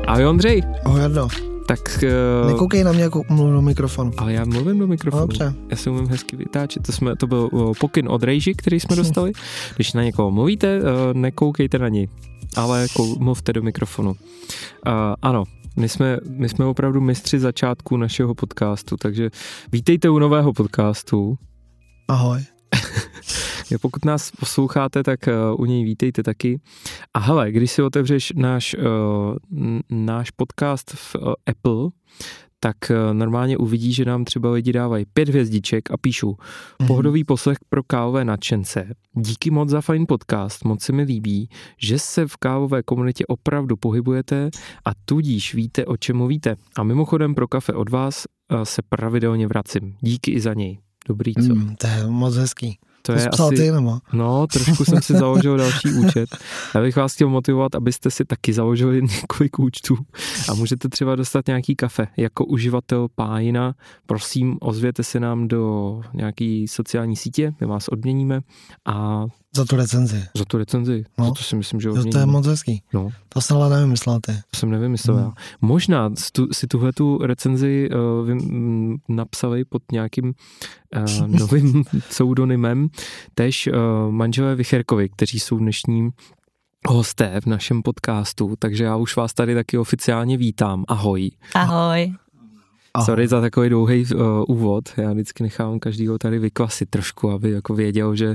Ahoj Ondřej. Ahoj Jardo. Tak... Nekoukej na mě, jako mluvím do mikrofonu. Ale já mluvím do mikrofonu. Dobře. Já si umím hezky vytáčet. To byl pokyn od Rejži, který jsme dostali. Když na někoho mluvíte, nekoukejte na něj, ale mluvte do mikrofonu. Ano, my jsme opravdu mistři začátku našeho podcastu, takže vítejte u nového podcastu. Ahoj. Pokud nás posloucháte, tak u něj vítejte taky. A hele, když si otevřeš náš podcast v Apple, tak normálně uvidíš, že nám třeba lidi dávají 5 hvězdiček a píšou pohodový poslech pro kávové nadšence. Díky moc za fajn podcast, moc se mi líbí, že se v kávové komunitě opravdu pohybujete a tudíž víte, o čem mluvíte. A mimochodem pro kafe od vás se pravidelně vracím. Díky i za něj. Dobrý, co? To je moc hezký. To je asi... ty, nebo? No, trošku jsem si založil další účet. Já bych vás chtěl motivovat, abyste si taky založili několik účtů a můžete třeba dostat nějaký kafe. Jako uživatel Pájina, prosím, ozvěte se nám do nějaký sociální sítě, my vás odměníme a... Za tu recenzi. No. To si myslím, že odměníme. To je moc hezký. No. To jsem ale nevymyslel ty. To jsem nevymyslel já. Možná si tuhletu recenzi napsali pod nějakým novým pseudonymem tež manželé Vicherkovi, kteří jsou dnešním hosté v našem podcastu, takže já už vás tady taky oficiálně vítám. Ahoj. Ahoj. Sorry za takový dlouhý úvod, já vždycky nechám každýho tady vykvasit trošku, aby jako věděl, že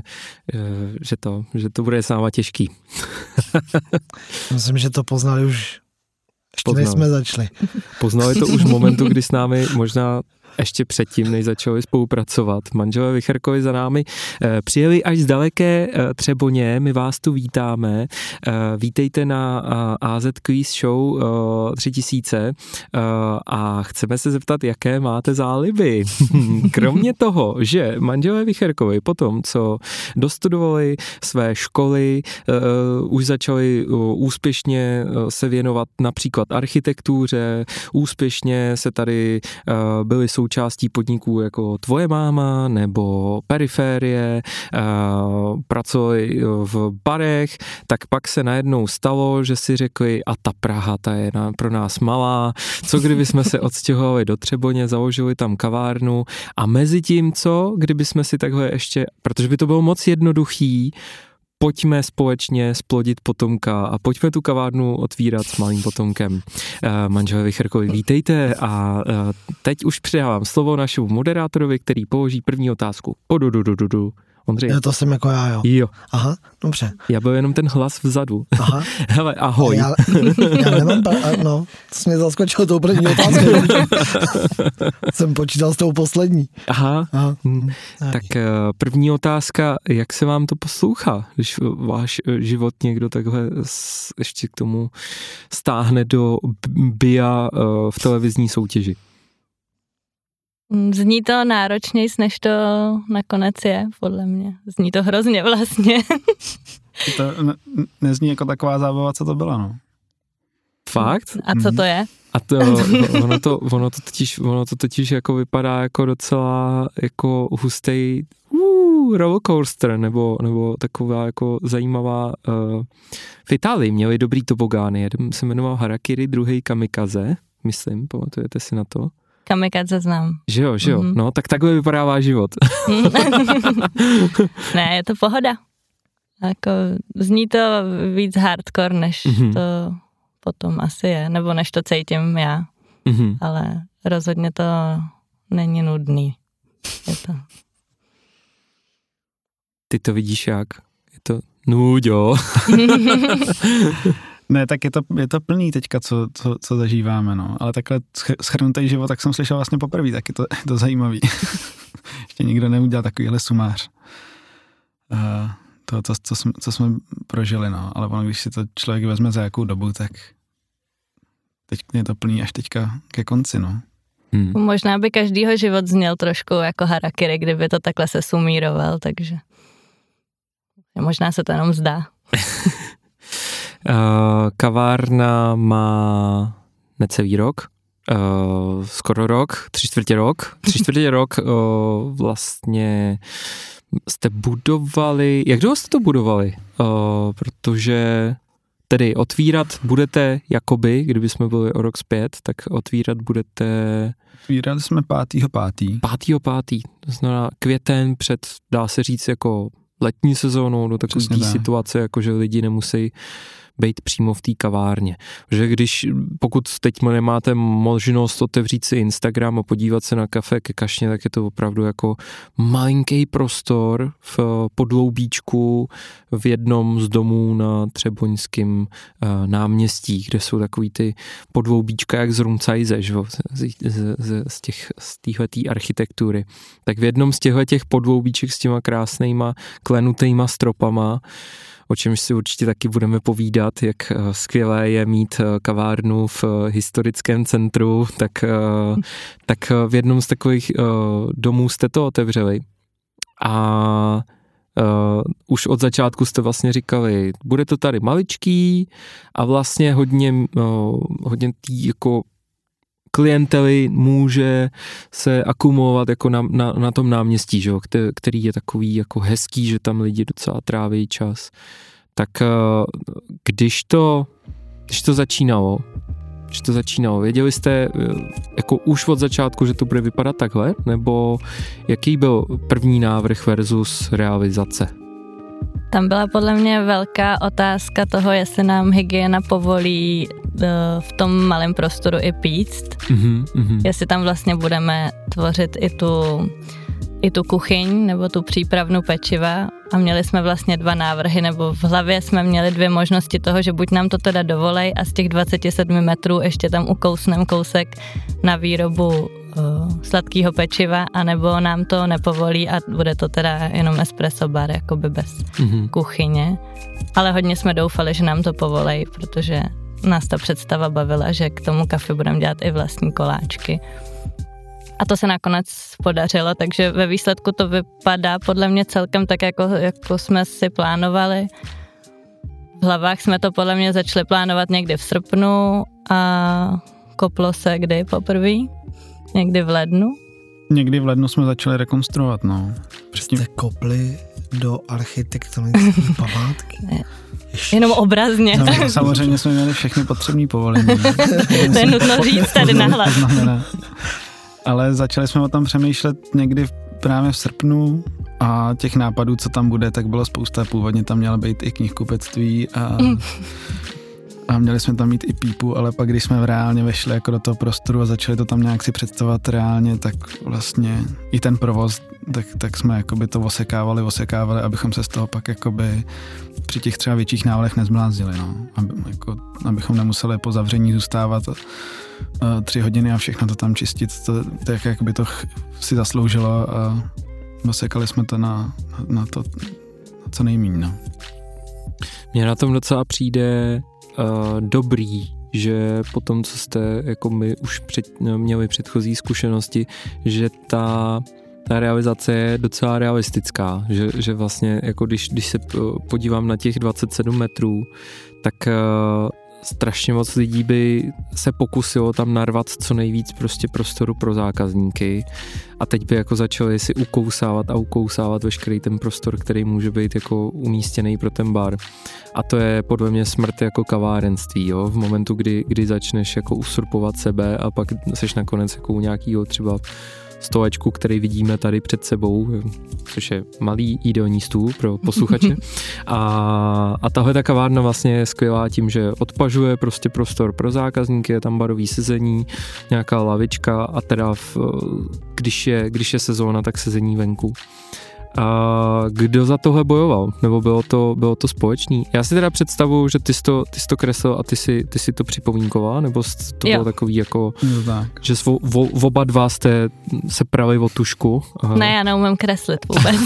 to bude s náma těžký. Myslím, že to poznali už, než jsme začali. Poznali to už v momentu, kdy s námi možná ještě předtím, než začali spolupracovat. Manželé Vicherkovi za námi přijeli až z daleké Třeboně, my vás tu vítáme. Vítejte na AZ Quiz Show 3000 a chceme se zeptat, jaké máte záliby. Kromě toho, že manželé Vicherkovi potom, co dostudovali své školy, už začali úspěšně se věnovat například architektuře, úspěšně se tady byli součástí podniků jako Tvoje máma nebo Periférie, pracovali v barech, tak pak se najednou stalo, že si řekli, a ta Praha, ta je pro nás malá, co kdyby jsme se odstěhovali do Třeboně, založili tam kavárnu a mezi tím, co kdyby jsme si takhle ještě, protože by to bylo moc jednoduchý, pojďme společně splodit potomka a pojďme tu kavárnu otvírat s malým potomkem. Manželé Vicherkovi, vítejte a teď už předávám slovo našemu moderátorovi, který položí první otázku. Ondřej. To jsem jako já, jo. Jo. Aha, dobře. Já byl jenom ten hlas vzadu. Aha. Hele, ahoj. Já nemám, to jsi mě zaskočil tou první otázkou. Jsem počítal s tou poslední. Aha. Tak první otázka, jak se vám to poslouchá, když váš život někdo takhle ještě k tomu stáhne do BIA v televizní soutěži? Zní to náročnějc, než to nakonec je, podle mě. Zní to hrozně vlastně. To nezní jako taková zábava, co to byla, no. Fakt? A co to je? A ono to totiž jako vypadá jako docela jako hustý rollercoaster, nebo taková jako zajímavá. V Itálii měli dobrý tobogány, jeden se jmenoval Harakiri, druhý Kamikaze, myslím, pamatujete si na to? Kamikaze znám. Že jo, no tak takhle vypadá váš život. Ne, je to pohoda. Jako, zní to víc hardcore, než to potom asi je, nebo než to cítím já. Ale rozhodně to není nudný. Je to. Ty to vidíš jak? Je to nuďo. Ne, tak je to plný teďka, co zažíváme, no. Ale takhle shrnutý život, tak jsem slyšel vlastně poprvé, tak je to zajímavý. Ještě nikdo neudělal takovýhle sumář. Co jsme prožili, no. Ale ono, když si to člověk vezme za jakou dobu, tak teď je to plný až teďka ke konci, no. Možná by každýho život zněl trošku jako harakiri, kdyby to takhle se sumíroval, takže možná se to jenom zdá. Kavárna má necelý rok, skoro rok, 3/4 rok vlastně jste budovali, jak dlouho jste to budovali? Protože Tedy otvírat budete jakoby, kdyby jsme byli o rok zpět, tak otvírat budete... Otvírali jsme 5.5. 5.5. To znamená květen před, dá se říct, jako letní sezónou, do takové situace, jako že lidi nemusí být přímo v té kavárně. Že pokud teď nemáte možnost otevřít si Instagram a podívat se na Kafe ke kašně, tak je to opravdu jako malinký prostor v podloubíčku v jednom z domů na Třeboňském náměstí, kde jsou takový ty podloubíčka jak z Rumcajze, z téhletý architektury. Tak v jednom z těch podloubíček s těma krásnýma klenutýma stropama, o čemž si určitě taky budeme povídat, jak skvělé je mít kavárnu v historickém centru, tak v jednom z takových domů jste to otevřeli. A už od začátku jste vlastně říkali, bude to tady maličký a vlastně hodně tý jako klientely může se akumulovat jako na tom náměstí, že jo, který je takový jako hezký, že tam lidi docela tráví čas. Tak když to začínalo, věděli jste jako už od začátku, že to bude vypadat takhle, nebo jaký byl první návrh versus realizace? Tam byla podle mě velká otázka toho, jestli nám hygiena povolí v tom malém prostoru i píct. Jestli tam vlastně budeme tvořit i tu kuchyň nebo tu přípravnu pečiva a měli jsme vlastně 2 návrhy, nebo v hlavě jsme měli 2 možnosti toho, že buď nám to teda dovolej a z těch 27 metrů ještě tam ukousnem kousek na výrobu sladkého pečiva, anebo nám to nepovolí a bude to teda jenom espresso bar, jakoby bez kuchyně. Ale hodně jsme doufali, že nám to povolej, protože nás ta představa bavila, že k tomu kafe budeme dělat i vlastní koláčky. A to se nakonec podařilo, takže ve výsledku to vypadá podle mě celkem tak, jako jsme si plánovali. V hlavách jsme to podle mě začali plánovat někdy v srpnu a koplo se kdy poprvé? Někdy v lednu? Někdy v lednu jsme začali rekonstruovat, no. Jste kopli do architektonické památky? Jenom obrazně. No, samozřejmě jsme měli všechny potřebné povolení. To je nutno říct tady nahlas. Ale začali jsme o tom přemýšlet někdy právě v srpnu a těch nápadů, co tam bude, tak bylo spousta. Původně tam měla být i knihkupectví a měli jsme tam mít i pípu, ale pak, když jsme reálně vešli jako do toho prostoru a začali to tam nějak si představovat reálně, tak vlastně i ten provoz, tak jsme jakoby to osekávali, abychom se z toho pak jakoby při těch třeba větších návalech nezbláznili, no. Abychom nemuseli po zavření zůstávat 3 hodiny a všechno to tam čistit, to jak by to si zasloužilo a osekali jsme to na to co nejméně, no. Mně na tom docela přijde dobrý, že po tom, co jste jako my už měli předchozí zkušenosti, že ta realizace je docela realistická, že vlastně jako když se podívám na těch 27 metrů, tak strašně moc lidí by se pokusilo tam narvat co nejvíc prostě prostoru pro zákazníky a teď by jako začali si ukousávat veškerý ten prostor, který může být jako umístěný pro ten bar. A to je podle mě smrt jako kavárenství, jo? V momentu, kdy začneš jako usurpovat sebe a pak seš nakonec jako u nějakýho třeba stolečku, který vidíme tady před sebou, což je malý jídelní stůl pro posluchače. A tahle ta kavárna vlastně je skvělá tím, že odpažuje prostě prostor pro zákazníky, je tam barový sezení, nějaká lavička a teda když je sezóna, tak sezení venku. A kdo za tohle bojoval? Nebo bylo to společný? Já si teda představuju, že ty jsi to kreslil a ty si to připomínkovala, nebo to bylo takový jako, že oba dva jste se prali o tušku? Aha. Ne, já neumím kreslit vůbec.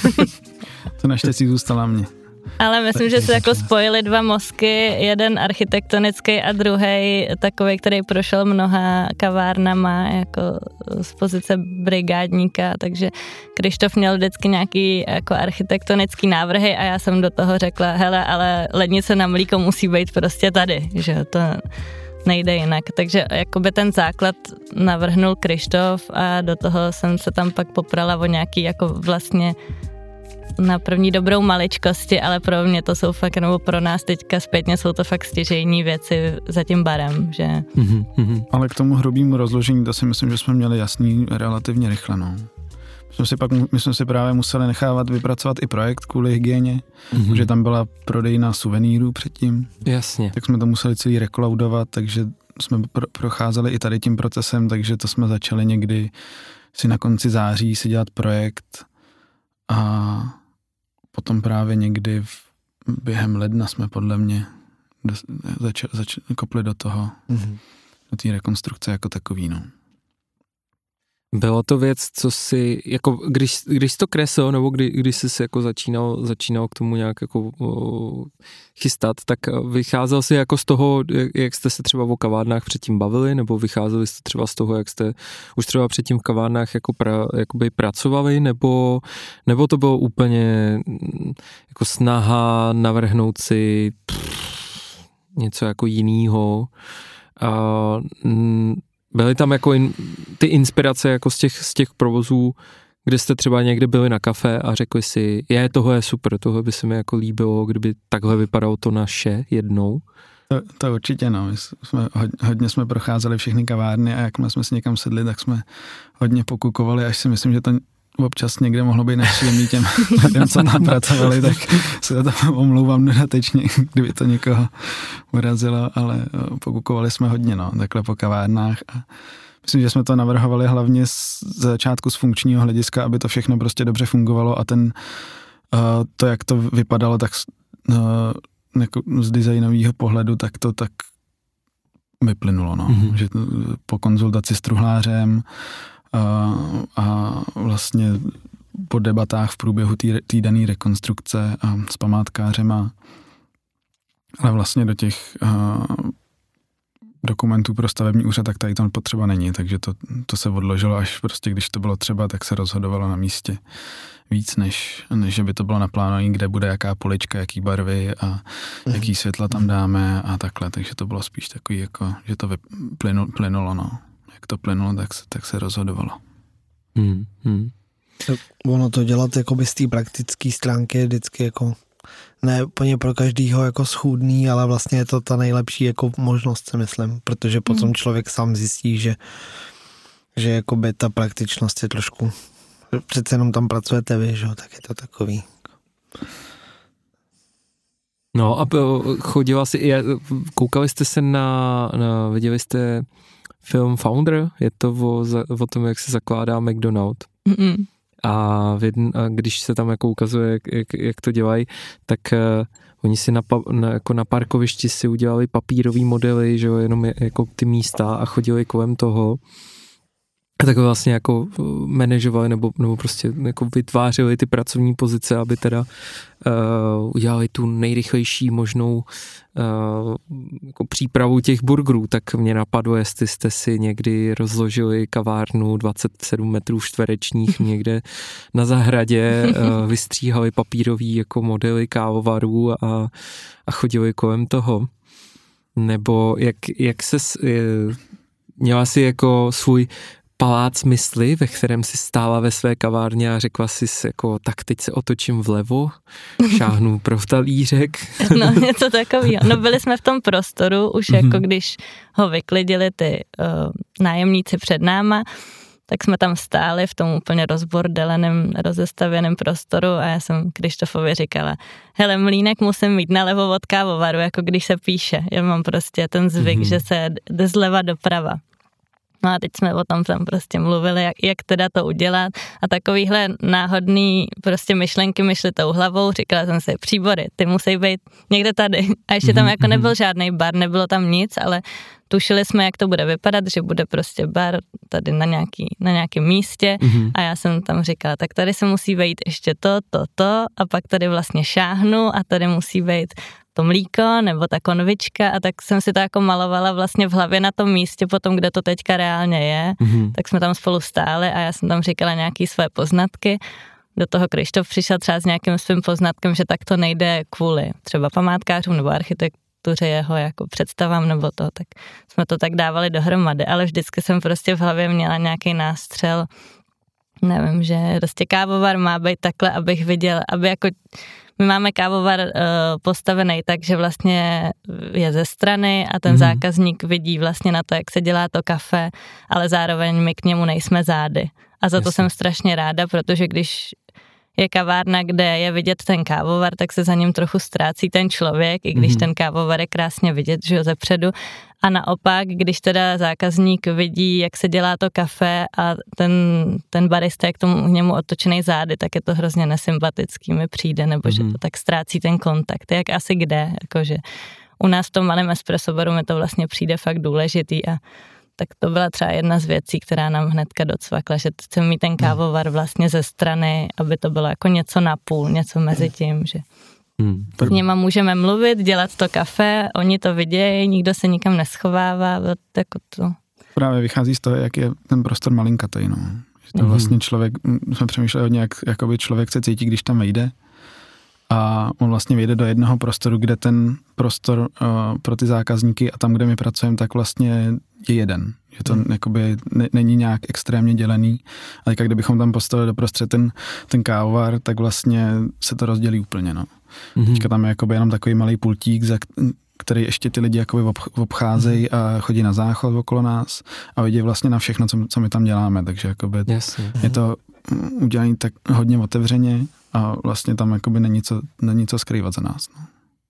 To naštěstí zůstala mě. Ale myslím, že se jako spojili 2 mozky, jeden architektonický a druhý takový, který prošel mnoha kavárnama jako z pozice brigádníka, takže Krištof měl vždycky nějaký jako architektonický návrhy a já jsem do toho řekla, hele, ale lednice na mlíko musí být prostě tady, že to nejde jinak. Takže jakoby ten základ navrhnul Krištof a do toho jsem se tam pak poprala o nějaký jako vlastně na první dobrou maličkosti, ale pro mě to jsou fakt, nebo pro nás teďka zpětně jsou to fakt stěžejní věci za tím barem, že... Ale k tomu hrubému rozložení, to si myslím, že jsme měli jasný relativně rychle, no. My jsme si právě museli nechávat vypracovat i projekt kvůli hygieně, že tam byla prodejna suvenýrů předtím. Jasně. Tak jsme to museli celý rekolaudovat, takže jsme procházeli i tady tím procesem, takže to jsme začali někdy si na konci září si dělat projekt a potom právě někdy během ledna jsme podle mě kopli do toho, do té rekonstrukce jako takový, no. Bylo to věc, co si, jako když jsi to kreslil, nebo když jsi jako začínal k tomu nějak jako chystat, tak vycházel jsi jako z toho, jak jste se třeba o kavárnách předtím bavili, nebo vycházeli jste třeba z toho, jak jste už třeba předtím v kavárnách jakoby pracovali, nebo to bylo úplně jako snaha navrhnout si něco jako jinýho. Byly tam jako ty inspirace jako z těch provozů, kde jste třeba někde byli na kafe a řekli si, tohle je super, tohle by se mi jako líbilo, kdyby takhle vypadalo to naše jednou? To určitě, no. Hodně jsme procházeli všechny kavárny a jakmile jsme si někam sedli, tak jsme hodně pokukovali, až si myslím, že to občas někde mohlo být nepříjemný těm lidem, co tam pracovali, tak se to omlouvám dodatečně, kdyby to někoho urazilo, ale pokukovali jsme hodně, no, takhle po kavárnách a myslím, že jsme to navrhovali hlavně z začátku z funkčního hlediska, aby to všechno prostě dobře fungovalo a to, jak to vypadalo, tak jako z designového pohledu, tak to tak vyplynulo, no. Že po konzultaci s truhlářem a vlastně po debatách v průběhu té dané rekonstrukce a s památkářema, ale vlastně do těch dokumentů pro stavební úřad, tak tady to potřeba není, takže to se odložilo, až prostě když to bylo třeba, tak se rozhodovalo na místě víc, než že by to bylo naplánované, kde bude jaká polička, jaký barvy a jaký světla tam dáme a takhle, takže to bylo spíš takový, jako, že to plynulo, no. Jak to plynulo, tak se rozhodovalo. Ono to dělat jakoby z té praktické stránky je vždycky jako ne úplně pro každýho jako schůdný, ale vlastně je to ta nejlepší jako možnost, si myslím, protože potom člověk sám zjistí, že jakoby ta praktičnost je trošku, přece jenom tam pracujete vy, že? Tak je to takový. No a koukali jste se viděli jste film Founder? Je to o tom, jak se zakládá McDonald. A když se tam jako ukazuje, jak to dělají, tak oni si jako na parkovišti si udělali papírový modely, že jo, jenom jako ty místa a chodili kolem toho. A tak vlastně jako manažovali nebo prostě jako vytvářeli ty pracovní pozice, aby teda udělali tu nejrychlejší možnou jako přípravu těch burgerů. Tak mě napadlo, jestli jste si někdy rozložili kavárnu 27 metrů čtverečních někde na zahradě, vystříhali papírový jako modely kávovarů a chodili kolem toho. Nebo jak se měla si jako svůj palác mysli, ve kterém si stála ve své kavárně a řekla si jako, tak teď se otočím vlevo, šáhnu pro talířek. No, něco takového. No, byli jsme v tom prostoru, už jako když ho vyklidili ty nájemníci před náma, tak jsme tam stáli v tom úplně rozbordeleném, rozestavěném prostoru a já jsem Krištofovi říkala, hele, mlýnek musím mít nalevo od kávovaru, jako když se píše. Já mám prostě ten zvyk, že se jde zleva doprava. No a teď jsme o tom tam prostě mluvili, jak teda to udělat a takovýhle náhodný prostě myšlenky mi šly tou hlavou, říkala jsem si, příbory, ty musí být někde tady. A ještě tam jako nebyl žádný bar, nebylo tam nic, ale tušili jsme, jak to bude vypadat, že bude prostě bar tady na nějakém místě a já jsem tam říkala, tak tady se musí vejít ještě to a pak tady vlastně šáhnu a tady musí být to mlíko nebo ta konvička a tak jsem si to jako malovala vlastně v hlavě na tom místě potom, kde to teďka reálně je, tak jsme tam spolu stáli a já jsem tam říkala nějaký své poznatky. Do toho Krištof přišel třeba s nějakým svým poznatkem, že tak to nejde kvůli třeba památkářům nebo architektuře jeho jako představám nebo to, tak jsme to tak dávali dohromady, ale vždycky jsem prostě v hlavě měla nějaký nástřel nevím, že prostě kávovar má být takhle, abych viděl, aby jako my máme kávovar postavený tak, že vlastně je ze strany a ten zákazník vidí vlastně na to, jak se dělá to kafe, ale zároveň my k němu nejsme zády. A za to jsem strašně ráda, protože když je kavárna, kde je vidět ten kávovar, tak se za ním trochu ztrácí ten člověk, i když ten kávovar je krásně vidět, že jo, zepředu. A naopak, když teda zákazník vidí, jak se dělá to kafe a ten barista je k němu otočený zády, tak je to hrozně nesympatický, mi přijde, nebo že to tak ztrácí ten kontakt. Jak asi kde, jakože u nás v tom malém espresso baru mi to vlastně přijde fakt důležitý a tak to byla třeba jedna z věcí, která nám hnedka docvakla, že chceme mít ten kávovar vlastně ze strany, aby to bylo jako něco napůl, něco mezi tím, že s nima můžeme mluvit, dělat to kafe, oni to vidějí, nikdo se nikam neschovává, jako to. Právě vychází z toho, jak je ten prostor malinkatej, no. Že to vlastně člověk, jsme přemýšleli hodně, jak jakoby člověk se cítí, když tam vejde a on vlastně vejde do jednoho prostoru, kde ten prostor pro ty zákazníky a tam, kde my pracujeme, tak vlastně je jeden. Že to jakoby není nějak extrémně dělený, ale kdybychom tam postavili doprostřed ten kávovar, tak vlastně se to rozdělí úplně, no. Teďka tam je jakoby jenom takový malý pultík, který ještě ty lidi jakoby obcházejí a chodí na záchod okolo nás a vidí vlastně na všechno, co my tam děláme, takže jakoby je to udělané tak hodně otevřeně a vlastně tam jakoby není co skrývat za nás, no.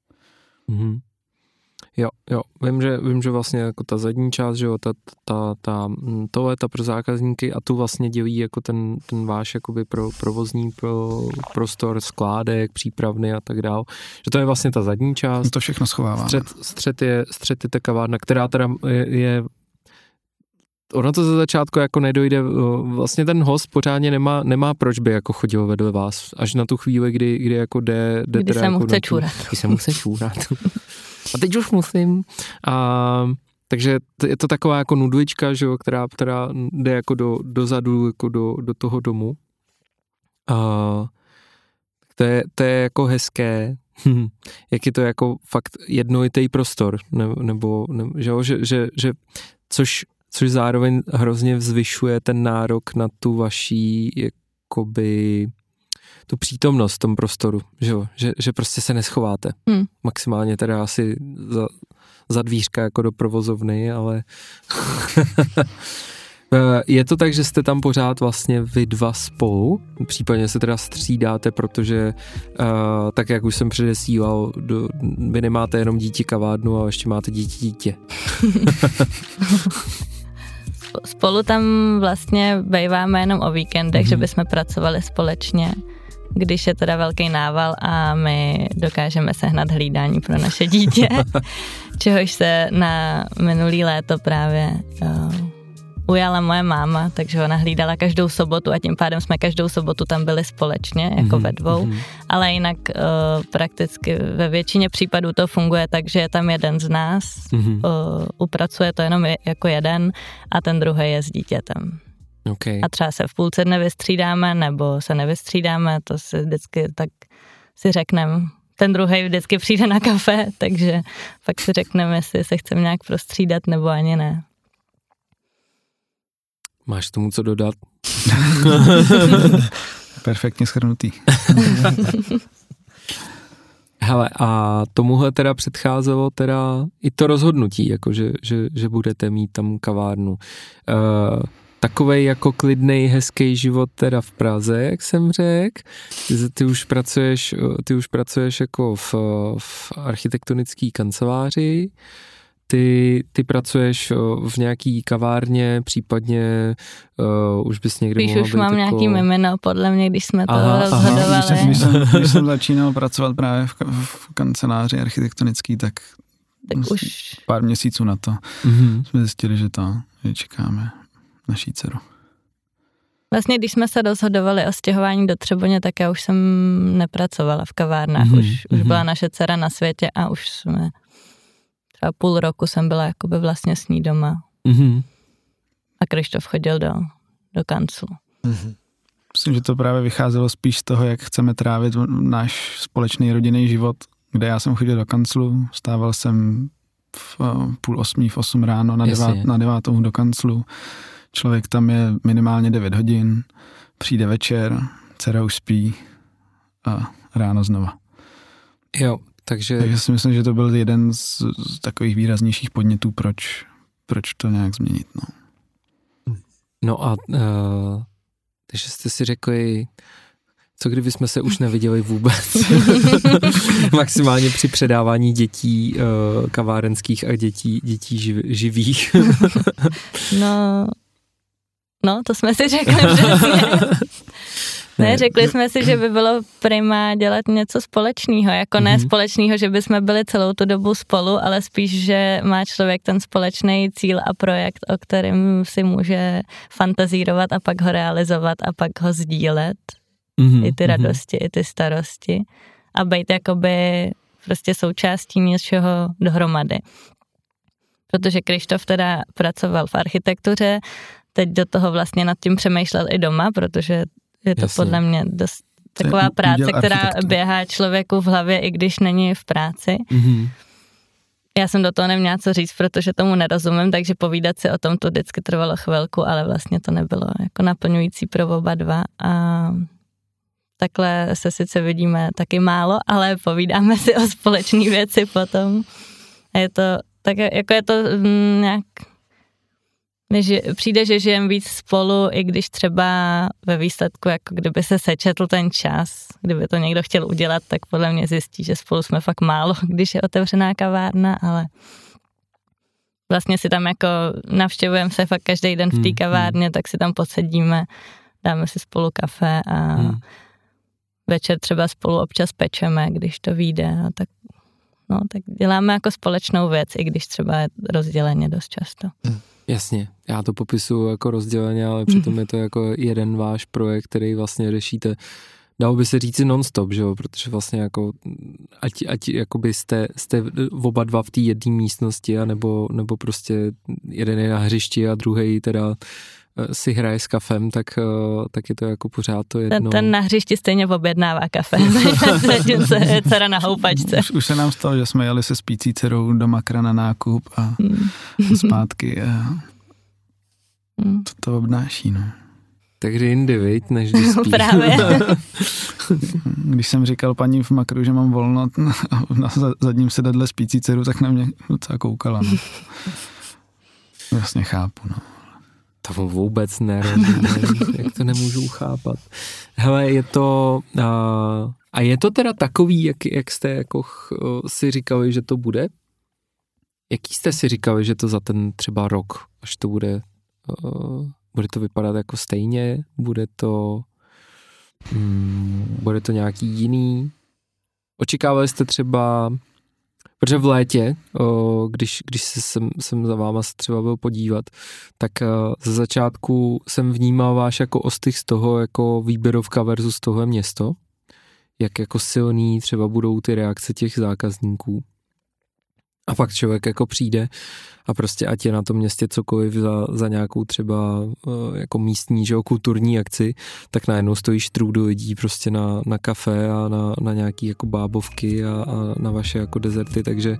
Jo, vím, že vlastně jako ta zadní část, že jo, ta toaleta pro zákazníky a tu vlastně dělí jako ten váš jakoby provozní prostor, skládek, přípravny a tak dál. Že to je vlastně ta zadní část. To všechno schováváme. Střed je ta kavárna, která teda je ono to ze začátku jako nedojde, vlastně ten host pořádně nemá proč by jako chodil vedle vás, až na tu chvíli, kdy jako jde kdy teda se mu jako chce čůrat. Kdy se mu chce čůrat. A teď už musím. Takže je to taková jako nudlička, že jo, která jde jako dozadu, jako do toho domu. To je jako hezké. Jak je to jako fakt jednolitý prostor, nebo že což zároveň hrozně vzvyšuje ten nárok na tu vaší jakoby tu přítomnost v tom prostoru, že prostě se neschováte. Maximálně teda asi za dvířka jako do provozovny, ale je to tak, že jste tam pořád vlastně vy dva spolu, případně se teda střídáte, protože tak jak už jsem předesílal, vy nemáte jenom dítě kavárnu, ale ještě máte dítě. Spolu tam vlastně býváme jenom o víkendech, že bychom pracovali společně, když je teda velký nával a my dokážeme sehnat hlídání pro naše dítě, čehož se na minulý léto právě ujala moje máma, takže ona hlídala každou sobotu a tím pádem jsme každou sobotu tam byli společně, jako ve dvou, ale jinak prakticky ve většině případů to funguje tak, že je tam jeden z nás, upracuje to jenom jako jeden a ten druhý je s dítětem. Okay. A třeba se v půlce dne vystřídáme, nebo se nevystřídáme, to si vždycky tak si řekneme. Ten druhý vždycky přijde na kafe, takže pak si řekneme, jestli se chceme nějak prostřídat, nebo ani ne. Máš tomu co dodat? Perfektně shrnutý. Hele, a tomuhle teda předcházelo teda i to rozhodnutí, jako že budete mít tam kavárnu. Takovej jako klidnej, hezký život teda v Praze, jak jsem řekl. Ty už pracuješ jako v architektonické kanceláři. Ty pracuješ v nějaký kavárně, případně už bys někde Spíš mohla už být mám jako... nějaký mimino, podle mě, když jsme to rozhodovali. Když jsem začínal pracovat právě v kanceláři architektonický, tak už pár měsíců na to jsme zjistili, že čekáme naší dceru. Vlastně, když jsme se rozhodovali o stěhování do Třeboně, tak já už jsem nepracovala v kavárnách. Už byla naše dcera na světě a už jsme třeba půl roku jsem byla jakoby vlastně s ní doma. A Krištof chodil do kanclu. Myslím, že to právě vycházelo spíš z toho, jak chceme trávit náš společný rodinný život, kde já jsem chodil do kanclu, vstával jsem v 7:30, v 8 ráno na 9 do kanclu. Člověk tam je minimálně 9 hodin, přijde večer, dcera už spí a ráno znova. Jo, takže si myslím, že to byl jeden z takových výraznějších podnětů, proč to nějak změnit. No a takže jste si řekli, co kdyby jsme se už neviděli vůbec? Maximálně při předávání dětí kavárenských a dětí živých. No, to jsme si řekli přesně. Ne, řekli jsme si, že by bylo prima dělat něco společného, jako ne společného, že by jsme byli celou tu dobu spolu, ale spíš, že má člověk ten společný cíl a projekt, o kterém si může fantazírovat a pak ho realizovat a pak ho sdílet. I ty radosti, i ty starosti a být jakoby prostě součástí něčeho dohromady. Protože Krištof teda pracoval v architektuře, teď do toho vlastně nad tím přemýšlel i doma, protože je to podle mě dost taková práce, která běhá člověku v hlavě, i když není v práci. Já jsem do toho neměla co říct, protože tomu nerozumím, takže povídat si o tom to vždycky trvalo chvilku, ale vlastně to nebylo jako naplňující pro oba dva a takhle se sice vidíme taky málo, ale povídáme si o společné věci potom. A je to tak, jako je to nějak, přijde, že žijeme víc spolu, i když třeba ve výsledku, jako kdyby se sečetl ten čas, kdyby to někdo chtěl udělat, tak podle mě zjistí, že spolu jsme fakt málo, když je otevřená kavárna, ale vlastně si tam jako navštěvujeme se fakt každý den v té kavárně, tak si tam posedíme, dáme si spolu kafe a večer třeba spolu občas pečeme, když to vyjde, tak děláme jako společnou věc, i když třeba je rozděleně dost často. Jasně, já to popisuju jako rozděleně, ale přitom je to jako jeden váš projekt, který vlastně řešíte, dalo by se říci non-stop, že jo, protože vlastně jako ať jakoby jste oba dva v té jedné místnosti, nebo prostě jeden je na hřišti a druhej teda si hraje s kafem, tak je to jako pořád to jedno. Ten na hřišti stejně objednává kafe. Zatím se je dcera na houpačce. Už se nám stalo, že jsme jeli se spící dcerou do Makra na nákup a zpátky. To obnáší, no. Takže jindy, viď, než když spí. Právě. Když jsem říkal paní v Makru, že mám volno na zadním sedadle spící dceru, tak na mě docela koukala. No. Vlastně chápu, no. To vůbec nerozumím, jak to nemůžu chápat. Hele, je to... A je to teda takový, jak jste jako si říkali, že to bude? Jaký jste si říkali, že to za ten třeba rok, až to bude to vypadat jako stejně? Bude to nějaký jiný? Očekávali jste třeba... Protože v létě, když jsem za váma třeba byl podívat, tak ze začátku jsem vnímal váš jako ostych z toho jako výběrovka versus tohle město, jak jako silný třeba budou ty reakce těch zákazníků. A pak člověk jako přijde a prostě ať je na tom městě cokoliv za nějakou třeba jako místní, že jo, kulturní akci, tak najednou stojí štrůdu lidí prostě na kafe a na nějaký jako bábovky a na vaše jako dezerty, takže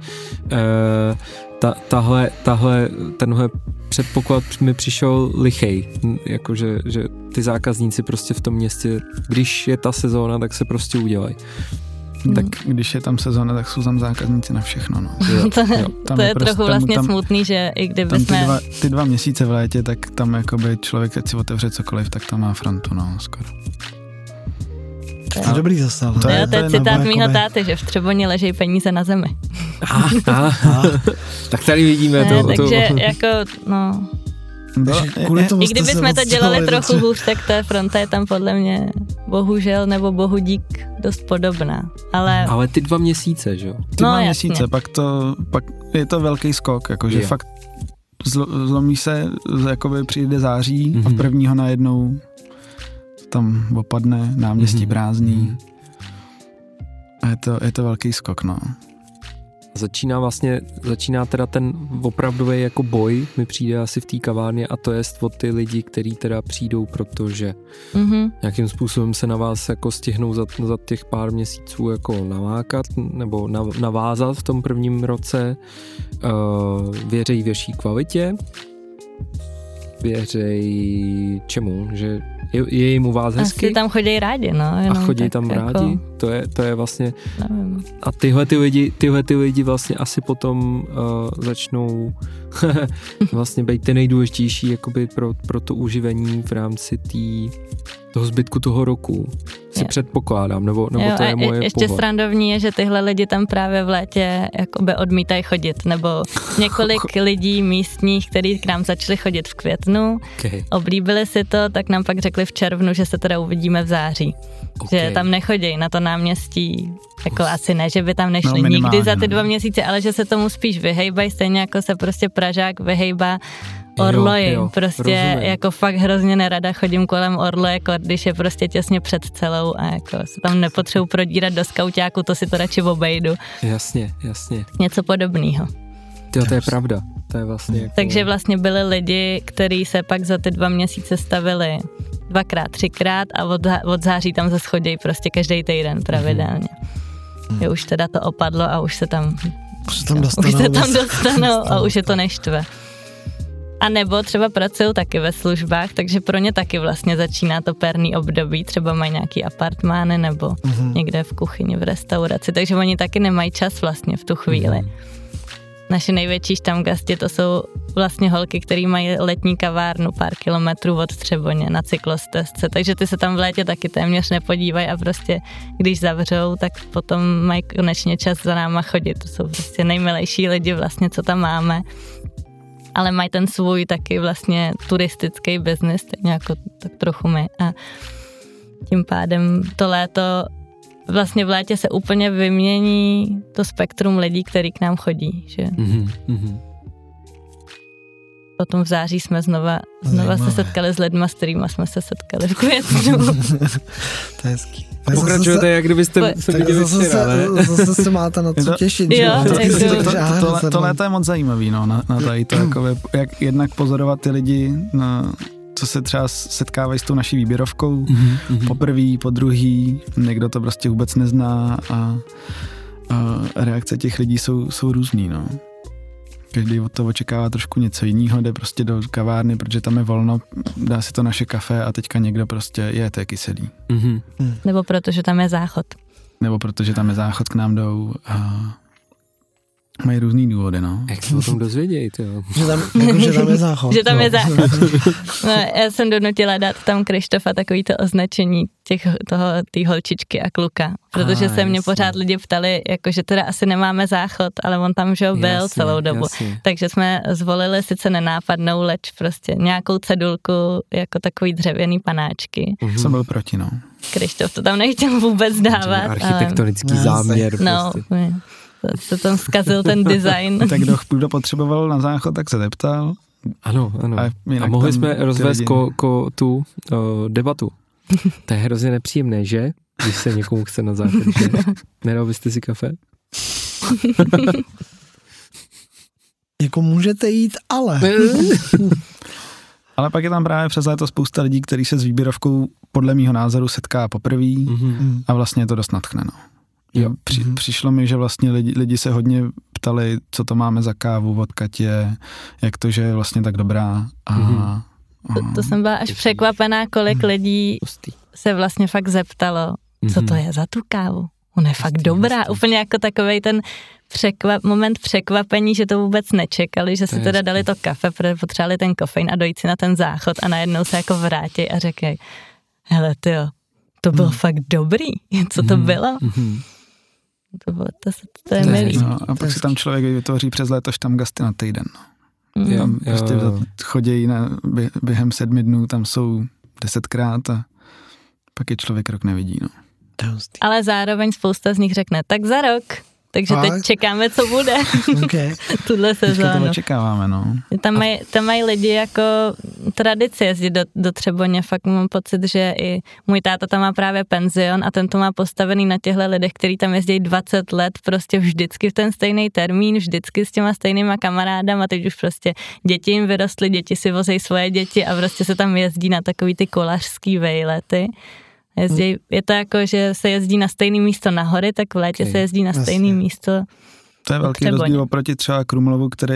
tenhle předpoklad mi přišel lichej, jakože že ty zákazníci prostě v tom městě, když je ta sezóna, tak se prostě udělají. Tak když je tam sezóna, tak jsou tam zákazníci na všechno. No. To je trochu vlastně smutný, že i kdyby jsme... Ty 2 měsíce v létě, tak tam jakoby člověk, ať si otevře cokoliv, tak tam má frontu, no, skoro. To je dobrý zase. To je citát mýho táty, že v Třeboni leží peníze na zemi. Tak tady vidíme to. Takže jako, no... I kdyby jsme to dělali trochu hůř, tak ta fronta je tam podle mě bohužel nebo bohu dík dost podobná. Ale ty 2 měsíce, že jo? Ty 2 měsíce, pak je to velký skok, jakože fakt zlomí se, jakoby přijde září a v prvního najednou tam opadne náměstí prázdný. A je to velký skok, no. Začíná teda ten opravdový jako boj, mi přijde asi v té kavárně, a to je o ty lidi, kteří teda přijdou, protože nějakým způsobem se na vás jako stihnou za těch pár měsíců jako nalákat nebo navázat v tom prvním roce, věří větší kvalitě, věří čemu, že Je jim u vás hezky? Asi tam chodí rádi, no. A chodí tam rádi? To je vlastně... Nevím. A tyhle ty lidi vlastně asi potom začnou vlastně být ty nejdůležitější jakoby pro to uživení v rámci toho zbytku toho roku. Si předpokládám, nebo to je moje ještě srandovní je, že tyhle lidi tam právě v létě jakoby odmítají chodit, nebo několik lidí místních, kteří k nám začali chodit v květnu, oblíbili si to, tak nám pak řekli v červnu, že se teda uvidíme v září. Že tam nechodí na to náměstí, jako asi ne, že by tam nešli nikdy za ty 2 měsíce, ale že se tomu spíš vyhejbají, stejně jako se prostě Pražák vyhejbá Orloji, prostě rozumím. Jako fakt hrozně nerada chodím kolem Orloje, jako když je prostě těsně před celou a jako se tam nepotřebuji prodírat do skauťáku, to si to radši obejdu. Jasně. Něco podobného. To je pravda. To je vlastně jako... Takže vlastně byli lidi, kteří se pak za ty 2 měsíce stavili 2x, 3x a od září tam zase chodí prostě každý týden pravidelně. Je už teda to opadlo a už se tam dostanou a už je to neštve. A nebo třeba pracují taky ve službách, takže pro ně taky vlastně začíná to perný období, třeba mají nějaký apartmány nebo někde v kuchyni, v restauraci, takže oni taky nemají čas vlastně v tu chvíli. Naši největší štamgasti to jsou vlastně holky, které mají letní kavárnu pár kilometrů od Třeboně na cyklostezce, takže ty se tam v létě taky téměř nepodívají a prostě když zavřou, tak potom mají konečně čas za náma chodit. To jsou prostě nejmilejší lidi vlastně, co tam máme. Ale mají ten svůj taky vlastně turistický biznis, stejně jako tak trochu my. A tím pádem to léto, vlastně v létě se úplně vymění to spektrum lidí, který k nám chodí. Že? Potom v září jsme znova se setkali s lidma, s kterýma jsme se setkali v květnu. To je hezký. Pokračujete, jak kdybyste se viděli včera, ne? Zase se máte na co těšit. To léto je moc zajímavý, no, na tady to, jak jednak pozorovat ty lidi, co se třeba setkávají s tou naší výběrovkou, poprvý, podruhý, někdo to prostě vůbec nezná a reakce těch lidí jsou různý, no. Každý od toho očekává trošku něco jiného, jde prostě do kavárny, protože tam je volno, dá si to naše kafe a teďka někdo prostě to je kyselý. Nebo protože tam je záchod. K nám jdou a mají různý důvody, no. Jak se o tom dozvědějí, jo? Že tam je záchod. Že tam je záchod. No, já jsem donutila dát tam Krištofa takový to označení té holčičky a kluka, protože se mě pořád lidi ptali, jako, že teda asi nemáme záchod, ale on tam že byl celou dobu. Takže jsme zvolili sice nenápadnou, leč prostě nějakou cedulku, jako takový dřevěný panáčky. Jsem byl proti, no. Krištof to tam nechtěl vůbec dávat. Architektonický záměr. No, prostě. Se tam zkazil ten design. Tak kdo potřeboval na záchod, tak se zeptal. Ano. A mohli jsme rozvést tu debatu. To je hrozně nepříjemné, že? Když se někomu chce na záchod, že? Nedal byste si kafe? Jako můžete jít, ale... Ale pak je tam právě přes léto spousta lidí, kteří se s výběrovkou podle mýho názoru setká poprvé a vlastně je to dost nadchne, no. Přišlo mi, že vlastně lidi se hodně ptali, co to máme za kávu, odkud je, jak to, že je vlastně tak dobrá. To jsem byla až překvapená, kolik lidí se vlastně fakt zeptalo, co to je za tu kávu. Ona je fakt dobrá, úplně jako takovej ten moment překvapení, že to vůbec nečekali, že si teda dali to kafe, protože potřebovali ten kofein a dojít si na ten záchod a najednou se jako vrátí a řekej, hele tyjo, to bylo fakt dobrý, co to bylo? To je milý. No, a pak si tam člověk vytvoří přes léto štamgasty na týden. Tam prostě chodějí během 7 dnů, tam jsou 10krát a pak je člověk rok nevidí. No. Ale zároveň spousta z nich řekne, tak za rok. Takže teď čekáme, co bude. Tuhle sezónu. To očekáváme, no. Tam mají lidi jako tradici jezdit do Třeboně. Fakt mám pocit, že i můj táta tam má právě penzion a ten to má postavený na těchto lidech, kteří tam jezdí 20 let, prostě vždycky v ten stejný termín, vždycky s těma stejnýma kamarádama. Teď už prostě děti jim vyrostly, děti si vozejí svoje děti a prostě se tam jezdí na takový ty kolařský vejlety. Je to jako, že se jezdí na stejné místo na hory, tak v létě se jezdí na stejné místo. To je velký rozdíl oproti třeba Krumlovu, který je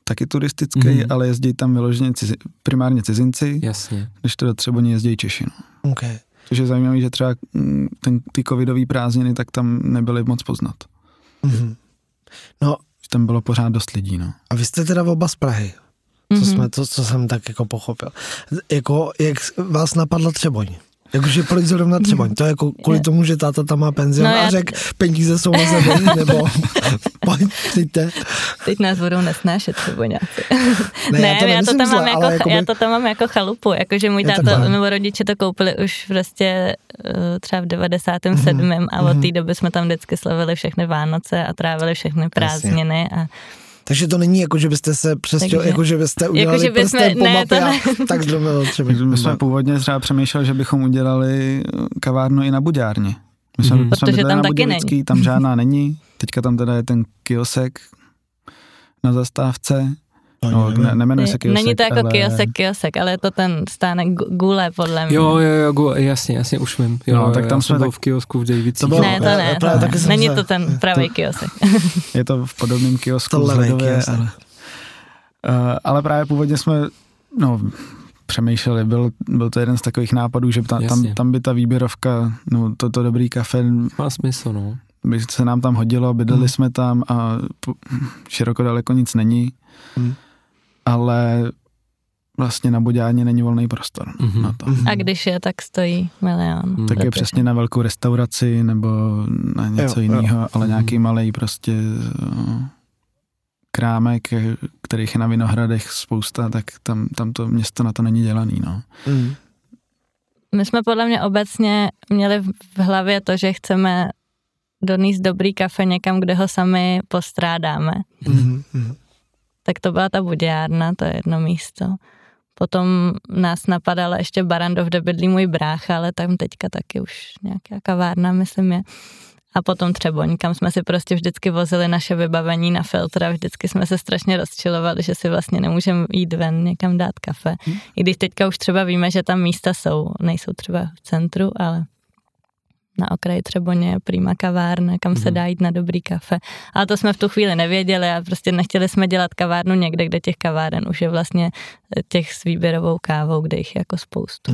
taky turistický, ale jezdí tam vyloženě primárně cizinci, jasně, když to do Třeboně jezdí Češi. No. Okay. Což je zajímavé, že třeba ty covidový prázdniny tak tam nebyly moc poznat. Mm-hmm. No, tam bylo pořád dost lidí, no. A vy jste teda oba z Prahy, co jsem tak jako pochopil. Jako, jak vás napadla Třeboň? Jakože proč zrovna Třeboň? To je jako kvůli tomu, že táta tam má penzion a řekl, peníze jsou na zemi, nebo pojďte. Teď nás budou nesnášet Třeboňáci. Ne, já to tam mám jako chalupu, jakože můj táta, nebo rodiče to koupili už prostě třeba v 97. a od té doby jsme tam vždycky slavili všechny Vánoce a trávili všechny prázdniny a takže to není jako, že byste se přestěhovali, jako že byste udělali jako, prstem po mapě a tak zrovna třeba. My jsme původně třeba přemýšleli, že bychom udělali kavárnu i na Buďárně. My jsme protože tam taky není. Tam žádná není. Teďka tam teda je ten kiosek na zastávce. No, nemenuje se kiosek. Není to jako kiosek, ale je to ten stánek Gule, podle mě. Jo, jasně, už vím. Jo, no, tak tam jsme byl v kiosku v Davicích. Ne, není to ten pravý kiosek. Je to v podobném kiosku vzhledově, ale právě původně jsme přemýšleli, byl to jeden z takových nápadů, že tam by ta výběrovka, to dobrý kafe má smysl, no. By se nám tam hodilo, bydleli jsme tam a široko daleko nic není. Ale vlastně na Buďárně není volný prostor na to. A když je, tak stojí milion. Tak je přesně na velkou restauraci nebo na něco jiného, ale nějaký malej prostě krámek, kterých je na Vinohradech spousta, tak tam to město na to není dělaný, no. My jsme podle mě obecně měli v hlavě to, že chceme donést dobrý kafe někam, kde ho sami postrádáme. Tak to byla ta Buďárna, to je jedno místo. Potom nás napadala ještě Barrandov, kde bydlí můj brácha, ale tam teďka taky už nějaká kavárna, myslím je. A potom Třeboň, kam jsme si prostě vždycky vozili naše vybavení na filtr a vždycky jsme se strašně rozčilovali, že si vlastně nemůžeme jít ven někam dát kafe. I když teďka už třeba víme, že tam místa nejsou třeba v centru, ale na okraji Třeboně je prima kavárna, kam se dá jít na dobrý kafe. Ale to jsme v tu chvíli nevěděli a prostě nechtěli jsme dělat kavárnu někde, kde těch kaváren už je vlastně těch s výběrovou kávou, kde jich je jako spoustu.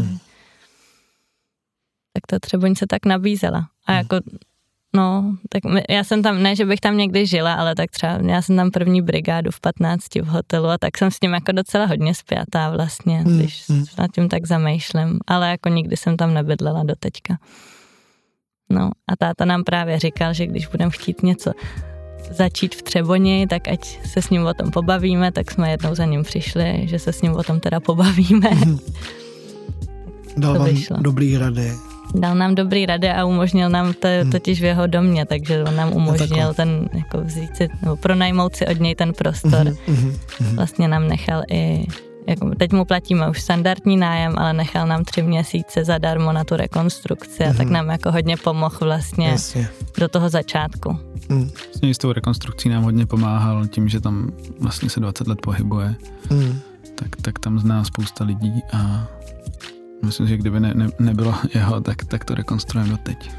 Tak ta Třeboň se tak nabízela. A jako, tak já jsem tam, ne, že bych tam někdy žila, ale tak třeba já jsem tam první brigádu v 15 v hotelu a tak jsem s tím jako docela hodně spjatá vlastně, když nad tím tak zamýšlím. Ale jako nikdy jsem tam nebydlela do teďka. No a táta nám právě říkal, že když budeme chtít něco začít v Třeboni, tak ať se s ním o tom pobavíme, tak jsme jednou za ním přišli, že se s ním o tom teda pobavíme. Dal vám dobrý rady. Dal nám dobrý rady a umožnil nám totiž v jeho domě, takže on nám umožnil ten, jako vzít si, nebo pronajmout si od něj ten prostor. Vlastně nám nechal i, jako teď mu platíme už standardní nájem, ale nechal nám 3 měsíce zadarmo na tu rekonstrukci a tak nám jako hodně pomohl vlastně do toho začátku. Vlastně s tou rekonstrukcí nám hodně pomáhal tím, že tam vlastně se 20 let pohybuje, tak tam zná spousta lidí a myslím, že kdyby nebylo jeho, tak to rekonstruujeme doteď.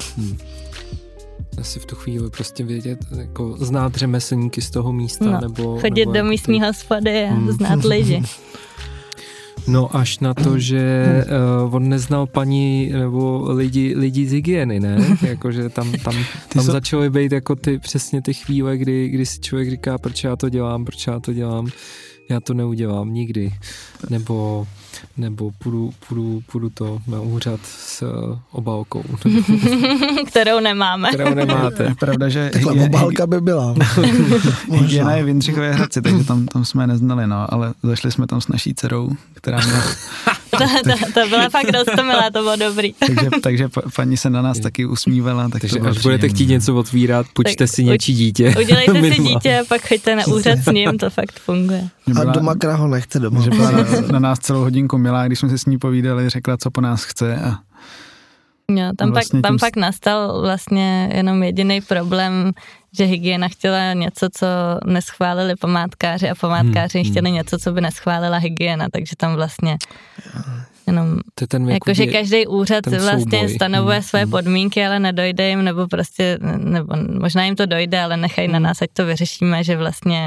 Asi v tu chvíli prostě vědět, jako znát řemeslníky z toho místa, nebo chodit do místní hospody a znát lidi. No až na to, že on neznal paní nebo lidi z hygieny, ne? Jakože tam začaly být jako přesně ty chvíle, kdy si člověk říká, proč já to dělám, já to neudělám nikdy. Nebo půjdu to na úřad s obálkou. Kterou nemáme. Kterou nemáte. Je pravda, že obálka by byla. Hygiena je v Jindřichově Hradci, takže tam jsme je neznali, ale zašli jsme tam s naší dcerou, která měla... to byla fakt dost milá, to bylo dobrý. takže paní se na nás taky usmívala. Takže až budete chtít něco otvírat, půjčte si něčí dítě. Udělejte si dítě a pak choďte na úřad s ním, to fakt funguje. A doma ho nechte doma. Že byla na nás celou hodinku milá, když jsme si s ní povídali, řekla, co po nás chce a Jo, tam pak nastal vlastně jenom jediný problém, že hygiena chtěla něco, co neschválili památkáři a památkáři chtěli něco, co by neschválila hygiena, takže tam vlastně jenom, jakože každý úřad vlastně stanovuje své podmínky, ale nedojde jim, nebo možná jim to dojde, ale nechají na nás, ať to vyřešíme, že vlastně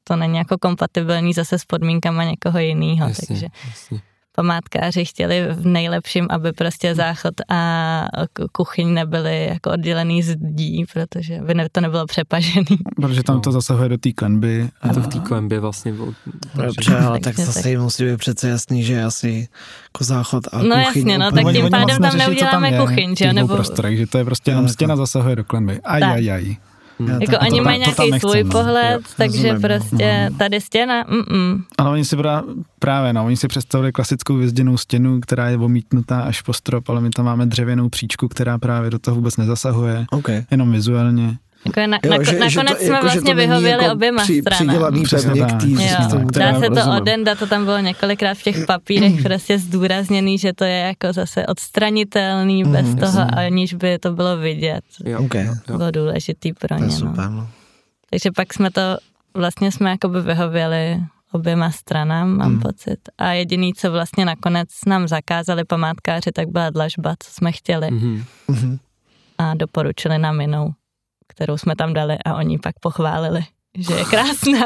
to není jako kompatibilní zase s podmínkama někoho jiného, takže památkáři chtěli v nejlepším, aby prostě záchod a kuchyň nebyly jako oddělený zdí, protože by to nebylo přepažený. Protože tam to zasahuje do té klenby. A to v té klenbě vlastně bylo. Dobře, ale tak zase musí být přece jasný, že asi jako záchod a kuchyň. No jasně, no, tak tím pádem tam neuděláme kuchyň, že jo? Nebo prostorech, že to je prostě jenom stěna zasahuje do klenby. Ajajaj. Jako oni mají nějaký svůj pohled, takže prostě tady stěna, Ale oni si oni si představili klasickou vyzděnou stěnu, která je omítnutá až po strop, ale my tam máme dřevěnou příčku, která právě do toho vůbec nezasahuje, jenom vizuálně. Jako nakonec jsme vlastně vyhověli jako oběma stranám. Dá se to odendat, to tam bylo několikrát v těch papírech prostě zdůrazněný, že to je jako zase odstranitelný bez toho, aniž by to bylo vidět. To bylo důležitý pro ně. No. Takže pak jsme jakoby vyhověli oběma stranám, mám pocit. A jediný, co vlastně nakonec nám zakázali památkáři, tak byla dlažba, co jsme chtěli. A doporučili nám jinou, kterou jsme tam dali a oni pak pochválili, že je krásná.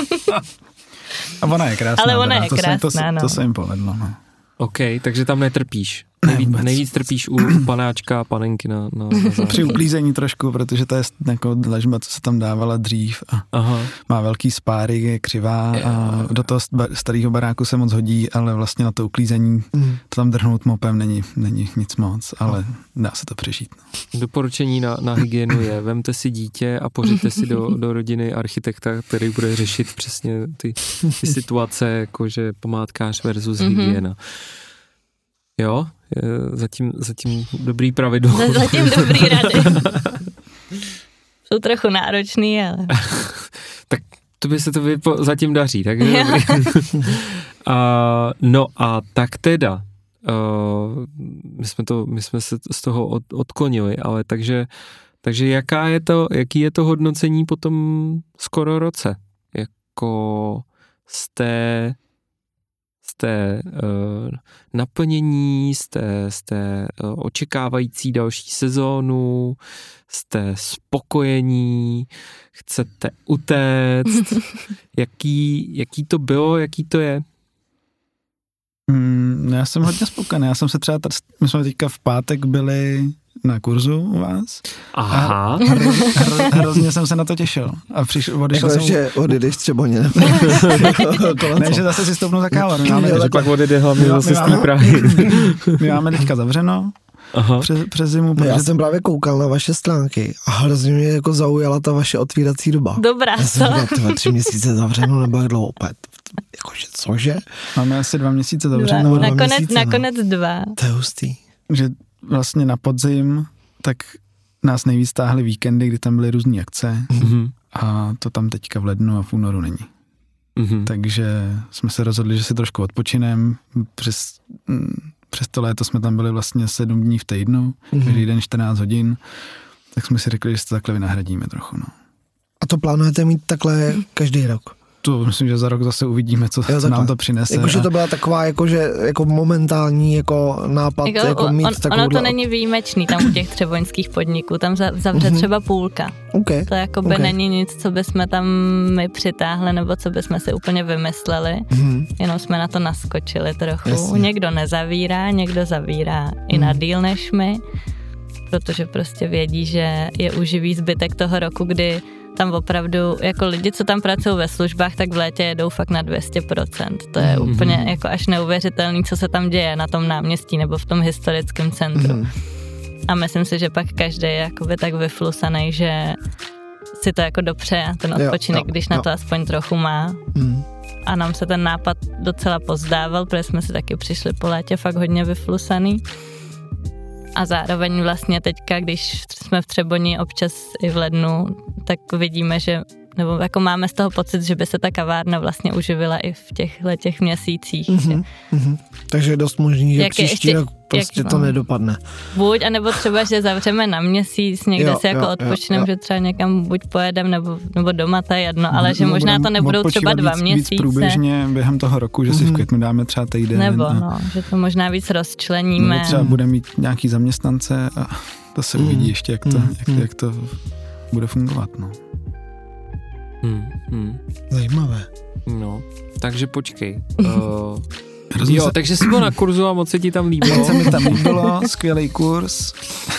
A ona je krásná. Ale ona je krásná, to se jim povedlo. No. OK, takže tam netrpíš. Nejvíc trpíš u panáčka a panenky na Při uklízení trošku, protože to je jako dlažba, co se tam dávala dřív a má velký spáry, je křivá a do toho starého baráku se moc hodí, ale vlastně na to uklízení to tam drhnout mopem není nic moc, ale dá se to přežít. No. Doporučení na hygienu je, vemte si dítě a pořiďte si do rodiny architekta, který bude řešit přesně ty situace, jakože památkář versus hygiena. Jo, zatím dobrý pravidlo. Zatím dobrý rady. Jsou trochu náročný, ale... Tak to by se to zatím daří, takže dobrý. No a tak teda, my jsme se z toho odklonili, ale takže jaký je to hodnocení po tom skoro roce? Jako z té naplnění, z té očekávající další sezónu, jste spokojení, chcete utéct, jaký to bylo, jaký to je? Já jsem hodně spokojený, my jsme teďka v pátek byli na kurzu u vás. Aha. Hrozně jsem se na to těšil. A odešel jsem... že odejdeš třeba ne, že zase si stoupnu za kávu. Takže pak odejde hlavně zase z té Prahy. My máme teďka zavřeno. Přes zimu. Já jsem právě koukal na vaše stránky a hrozně mě jako zaujala ta vaše otvírací doba. Dobrá, já jsem říkal, 3 měsíce zavřeno nebo jak dlouho opět. Jakože cože? Máme asi 2 měsíce zavřeno. Nakonec 2. To je hustý. Že vlastně na podzim tak nás nejvíc táhly víkendy, kdy tam byly různý akce a to tam teďka v lednu a v únoru není. Takže jsme se rozhodli, že si trošku odpočinem. Přes to léto jsme tam byli vlastně 7 dní v týdnu, každý den 14 hodin, tak jsme si řekli, že si to takhle vynahradíme trochu. No. A to plánujete mít takhle každý rok? To myslím, že za rok zase uvidíme, co nám to přinese. Jakože to byla taková jako momentální jako nápad mít takovou... Ono to není výjimečný tam u těch třeboňských podniků, tam zavře třeba půlka. Okay. To jakoby není nic, co bychom tam my přitáhli, nebo co bychom si úplně vymysleli, jenom jsme na to naskočili trochu. Jasně. Někdo nezavírá, někdo zavírá i na díl než my, protože prostě vědí, že je uživý zbytek toho roku, kdy tam opravdu, jako lidi, co tam pracují ve službách, tak v létě jedou fakt na 200%. To je úplně jako až neuvěřitelný, co se tam děje na tom náměstí nebo v tom historickém centru. A myslím si, že pak každý je jakoby tak vyflusaný, že si to jako dopřeje ten odpočinek, když na to aspoň trochu má. A nám se ten nápad docela pozdával, protože jsme si taky přišli po létě fakt hodně vyflusaný. A zároveň vlastně teďka, když jsme v Třeboni občas i v lednu, tak vidíme, že, nebo jako máme z toho pocit, že by se ta kavárna vlastně uživila i v těch měsících. Takže je dost možný, že příští rok prostě to nedopadne. Buď, anebo třeba, že zavřeme na měsíc, někde si jako odpočneme, že třeba někam buď pojedem, nebo doma, to je jedno, ale že možná to nebudou třeba 2 měsíce. Víc průběžně během toho roku, že si v květnu dáme třeba týden. Nebo že to možná víc rozčleníme. Nebo třeba bude mít nějaký zaměstnance a to se uvidí ještě, jak to bude fungovat. No. Zajímavé. No, takže počkej. Jo, takže jsi byl na kurzu a moc se ti tam líbilo. Moc se mi tam líbilo, skvělý kurz.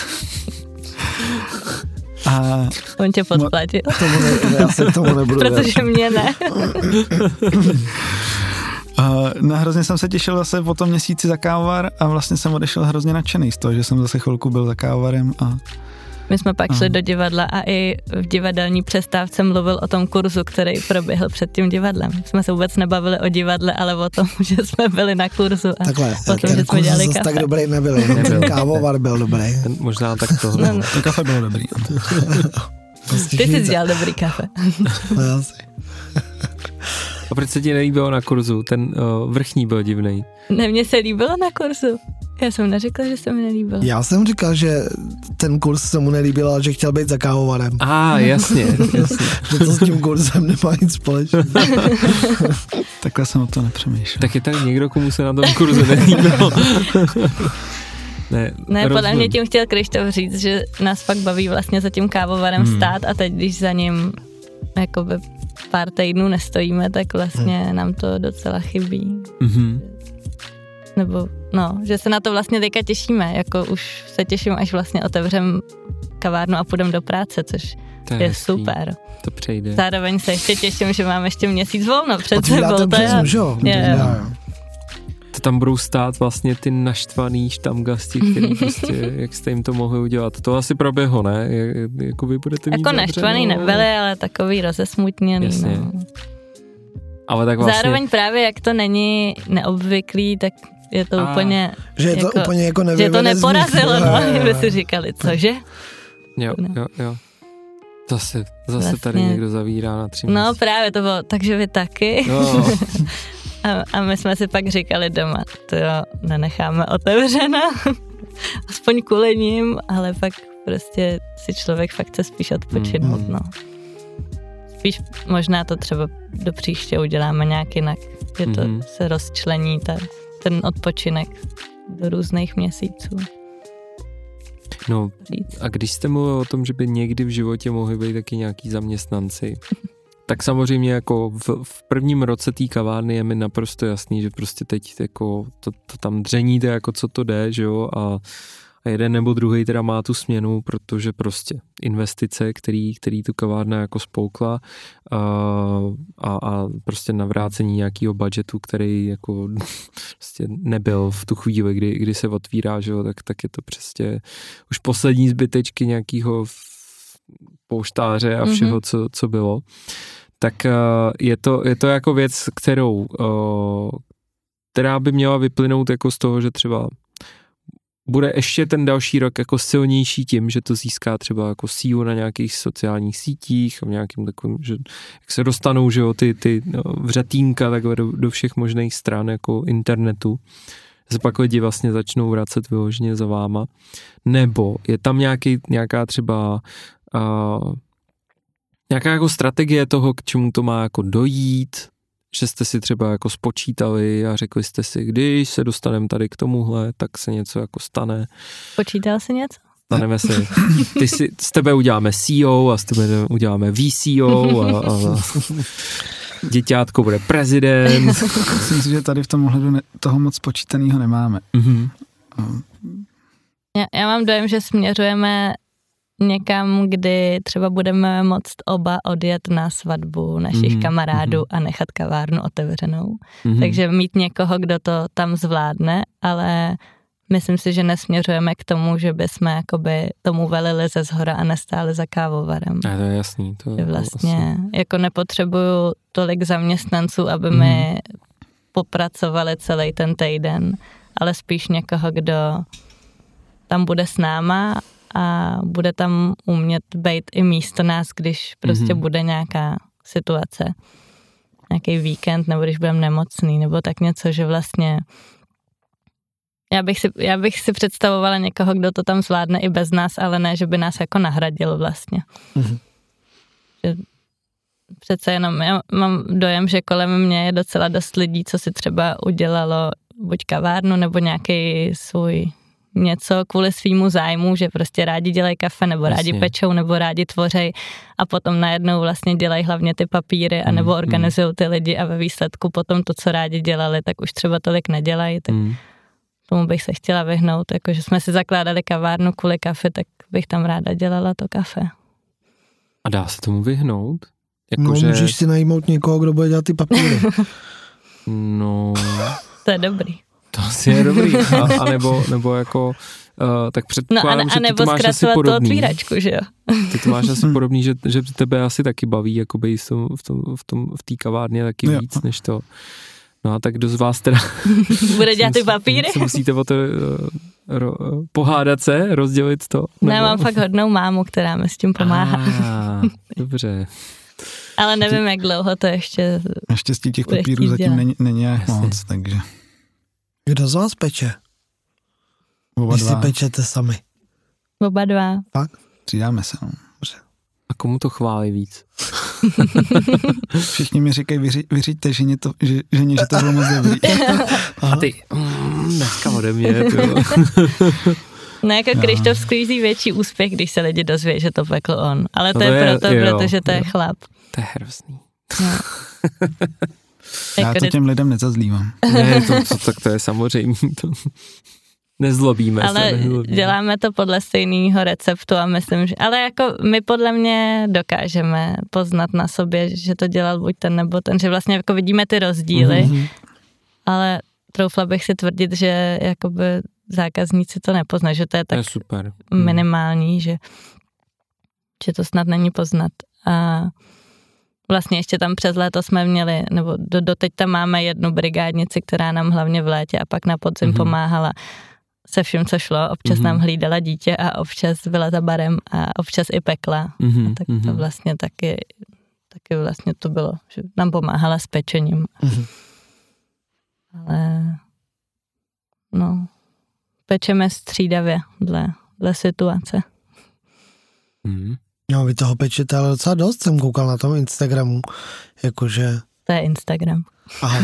A on tě podplatil. Já se k tomu nebudu protože mě ne. No, hrozně jsem se těšil zase po tom měsíci za kávovar a vlastně jsem odešel hrozně nadšený z toho, že jsem zase chvilku byl za kávovarem a my jsme pak šli do divadla a i v divadelní přestávce mluvil o tom kurzu, který proběhl před tím divadlem. Jsme se vůbec nebavili o divadle, ale o tom, že jsme byli na kurzu a takhle, o tom, že jsme dělali kafe. Tak dobrý nebyl, ten kávovar byl dobrý. Možná tak to. No. To kafe bylo dobrý. Ty jsi dělal dobrý kafe. No, asi. A proč se ti nelíbilo na kurzu? Ten vrchní byl divnej. Ne, mně se líbilo na kurzu. Já jsem neřekla, že se mi nelíbilo. Já jsem říkal, že ten kurz se mu nelíbil, ale že chtěl být za kávovarem. Jasně. Že to s tím kurzem nemá nic společného. Takhle jsem o to nepřemýšlel. Tak je tady někdo, komu se na tom kurzu nelíbilo. Ne, podle mě tím chtěl Krištof říct, že nás fakt baví vlastně za tím kávovarem stát a teď, když za ním jakoby pár týdnů nestojíme, tak vlastně nám to docela chybí. Nebo že se na to vlastně teďka těšíme, jako už se těším, až vlastně otevřem kavárnu a půjdem do práce, což je super. To přejde. Zároveň se ještě těším, že mám ještě měsíc volno před sebou. Otvíráte jo? To tam budou stát vlastně ty naštvaný štamgasti, který prostě, jak jste jim to mohli udělat. To asi proběhlo, ne? Jako vy budete mít jako naštvaný nebyli, ale takový rozesmutněný. Jasně. No. Ale tak vlastně... Zároveň právě, jak to není neobvyklý, tak je to úplně... Že je to jako, úplně jako že to neporazilo, kdyby si říkali, cože? Jo. Zase vlastně. Tady někdo zavírá na 3 měsíce. No právě to bylo, takže vy taky. No. a my jsme si pak říkali doma, to jo, nenecháme otevřeno, aspoň kvůli ním, ale pak prostě si člověk fakt chce spíš odpočinout, no. Spíš možná to třeba do příště uděláme nějak jinak, že to se rozčlení ten odpočinek do různých měsíců. No a když jste mluvil o tom, že by někdy v životě mohli být taky nějaký zaměstnanci, tak samozřejmě jako v prvním roce té kavárny je mi naprosto jasný, že prostě teď jako to tam dřeníte, jako co to jde, že jo, a jeden nebo druhý teda má tu směnu, protože prostě investice, který tu kavárna jako spoukla a prostě navrácení nějakého budžetu, který jako prostě nebyl v tu chvíli, kdy se otvírá, že jo, tak je to prostě už poslední zbytečky nějakého pouštáře a všeho, co bylo. Tak je to jako věc, která by měla vyplynout jako z toho, že třeba bude ještě ten další rok jako silnější tím, že to získá třeba jako sílu na nějakých sociálních sítích a nějakým takovým, že jak se dostanou, že jo, ty vřetínka takhle do všech možných stran jako internetu, se pak lidi vlastně začnou vracet vyloženě za váma. Nebo je tam nějaká třeba nějaká jako strategie toho, k čemu to má jako dojít, že jste si třeba jako spočítali a řekli jste si, když se dostaneme tady k tomuhle, tak se něco jako stane. Počítal jsi něco? Staneme si. S tebe uděláme CEO a s tebe uděláme VCO a děťátko bude prezident. Myslím si, že tady v tom ohledu toho moc počítanýho nemáme. Já mám dojem, že směřujeme někam, kdy třeba budeme moct oba odjet na svatbu našich kamarádů a nechat kavárnu otevřenou. Takže mít někoho, kdo to tam zvládne, ale myslím si, že nesměřujeme k tomu, že bychom jakoby tomu velili ze zhora a nestáli za kávovarem. A to je jasný. Že vlastně jako nepotřebuju tolik zaměstnanců, aby mi popracovali celý ten týden, ale spíš někoho, kdo tam bude s náma a bude tam umět být i místo nás, když prostě bude nějaká situace, nějaký víkend, nebo když budeme nemocný, nebo tak něco, že vlastně já bych si představovala někoho, kdo to tam zvládne i bez nás, ale ne, že by nás jako nahradil vlastně. Že přece jenom já mám dojem, že kolem mě je docela dost lidí, co si třeba udělalo buď kavárnu, nebo nějaký svůj něco kvůli svýmu zájmu, že prostě rádi dělají kafe, nebo rádi pečou, nebo rádi tvořej a potom najednou vlastně dělají hlavně ty papíry, anebo organizují ty lidi a ve výsledku potom to, co rádi dělali, tak už třeba tolik nedělají, tak tomu bych se chtěla vyhnout, jakože jsme si zakládali kavárnu kvůli kafe, tak bych tam ráda dělala to kafe. A dá se tomu vyhnout? Můžeš si najmout někoho, kdo bude dělat ty papíry. No... To je dobrý. To asi je dobrý. A nebo jako, tak předpokládám, že ty to máš asi podobný. Otvíračku, že jo? Ty to máš asi podobný, že tebe asi taky baví, jakoby v té kavárně taky víc, než to. No a tak kdo z vás teda... Bude dělat ty papíry? Musíte o to pohádat se, rozdělit to? Ne, mám fakt hodnou mámu, která mi s tím pomáhá. Dobře. Ale nevím, jak dlouho to ještě... Naštěstí těch papírů zatím není jak moc, takže... Kdo z vás peče? Oba dva. Vy si pečete sami. Oba dva. Fakt? Přidáme se. A komu to chválí víc? Všichni mi říkají, vyřiďte ženě, že to bylo moc dobrý. A ty, dneska ode mě. No jako Krištof sklízí větší úspěch, když se lidi dozví, že to pekl on. Ale to je proto, protože to je chlap. To je hrozný. No. Já to těm lidem nezazlívám. Ne, tak to je samozřejmě. Nezlobíme ale se. Nezlobíme. Děláme to podle stejného receptu a myslím, že... Ale jako my podle mě dokážeme poznat na sobě, že to dělal buď ten nebo ten, že vlastně jako vidíme ty rozdíly, ale troufla bych si tvrdit, že jakoby zákazníci to nepoznají, že to je tak super. Minimální, že to snad není poznat. A vlastně ještě tam přes léto jsme měli, nebo doteď tam máme jednu brigádnici, která nám hlavně v létě a pak na podzim pomáhala se vším, co šlo. Občas nám hlídala dítě a občas byla za barem a občas i pekla. A tak to vlastně taky vlastně to bylo, že nám pomáhala s pečením. Ale no, pečeme střídavě dle situace. No, vy toho pečete, ale docela dost, jsem koukal na tom Instagramu, jakože... To je Instagram. Aha.